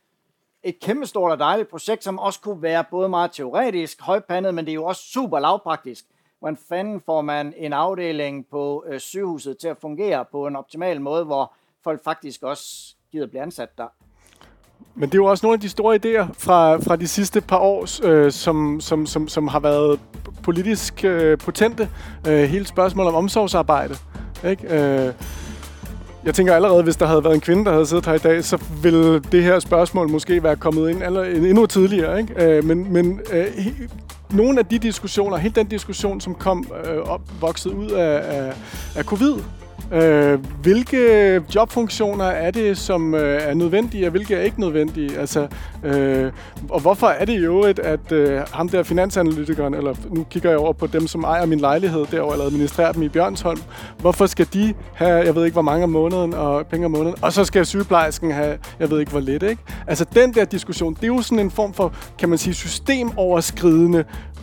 et kæmpestort og dejligt projekt, som også kunne være både meget teoretisk, højpandet, men det er jo også super lavpraktisk. Hvordan fanden får man en afdeling på øh, sygehuset til at fungere på en optimal måde, hvor folk faktisk også gider blive ansat der? Men det er jo også nogle af de store idéer fra, fra de sidste par år, øh, som, som, som, som har været politisk øh, potente. Øh, hele spørgsmålet om omsorgsarbejde. Ikke? Øh, jeg tænker allerede, hvis der havde været en kvinde, der havde siddet her i dag, så ville det her spørgsmål måske være kommet ind endnu tidligere. Ikke? Øh, men men øh, he, nogle af de diskussioner, hele den diskussion, som kom øh, op, vokset ud af, af, af covid, Øh, hvilke jobfunktioner er det, som øh, er nødvendige, og hvilke er ikke nødvendige? Altså, øh, og hvorfor er det jo, at, at øh, ham der finansanalytikeren, eller nu kigger jeg over på dem, som ejer min lejlighed derovre, eller administrerer dem i Bjørnsholm, hvorfor skal de have, jeg ved ikke hvor mange om måneden, og penge om måneden, og så skal sygeplejersken have, jeg ved ikke hvor lidt, ikke? Altså, den der diskussion, det er jo sådan en form for, kan man sige, systemoverskridende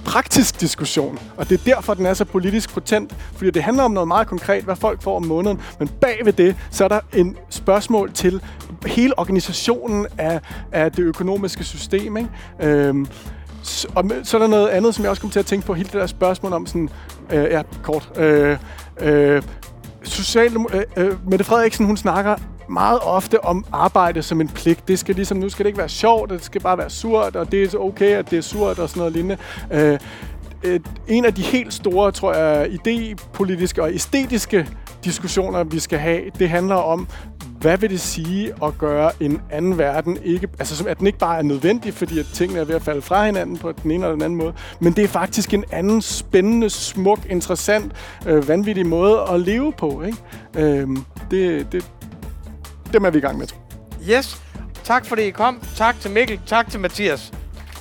praktisk diskussion, og det er derfor, den er så politisk potent, fordi det handler om noget meget konkret, hvad folk får om måneden, men bag ved det, så er der en spørgsmål til hele organisationen af, af det økonomiske system, ikke? Øhm, så, og så er der noget andet, som jeg også kom til at tænke på, hele det der spørgsmål om sådan, øh, ja, kort, øh, øh, social, øh, øh, Mette Frederiksen, hun snakker meget ofte om arbejde som en pligt. Det skal ligesom, nu skal det ikke være sjovt, det skal bare være surt, og det er okay, at det er surt og sådan noget lignende. Øh, øh, en af de helt store, tror jeg, idépolitiske og æstetiske diskussioner, vi skal have, det handler om, hvad vil det sige at gøre en anden verden ikke, altså at den ikke bare er nødvendig, fordi at tingene er ved at falde fra hinanden på den ene eller den anden måde, men det er faktisk en anden spændende, smuk, interessant, øh, vanvittig måde at leve på, ikke? Øh, det, det, dem er vi i gang med. Yes. Tak fordi I kom. Tak til Mikkel. Tak til Mathias.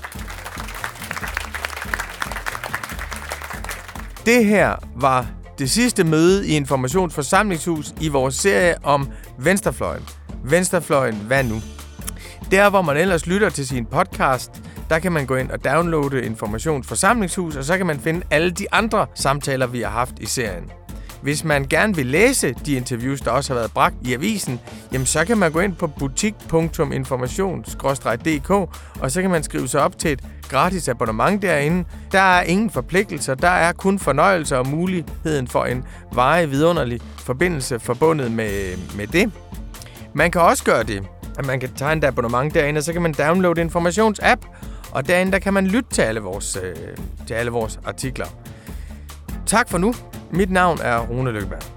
Det her var det sidste møde i Informations Forsamlingshus i vores serie om Venstrefløjen. Venstrefløjen, hvad nu? Der, hvor man ellers lytter til sin podcast, der kan man gå ind og downloade Informations Forsamlingshus, og så kan man finde alle de andre samtaler, vi har haft i serien. Hvis man gerne vil læse de interviews, der også har været bragt i avisen, jamen så kan man gå ind på butik punktum information skråstreg d k, og så kan man skrive sig op til et gratis abonnement derinde. Der er ingen forpligtelser, der er kun fornøjelser og muligheden for en varig vidunderlig forbindelse forbundet med, med det. Man kan også gøre det, at man kan tegne et abonnement derinde, og så kan man downloade Informations-app, og derinde der kan man lytte til alle vores, øh, til alle vores artikler. Tak for nu. Mit navn er Rune Lykkeberg.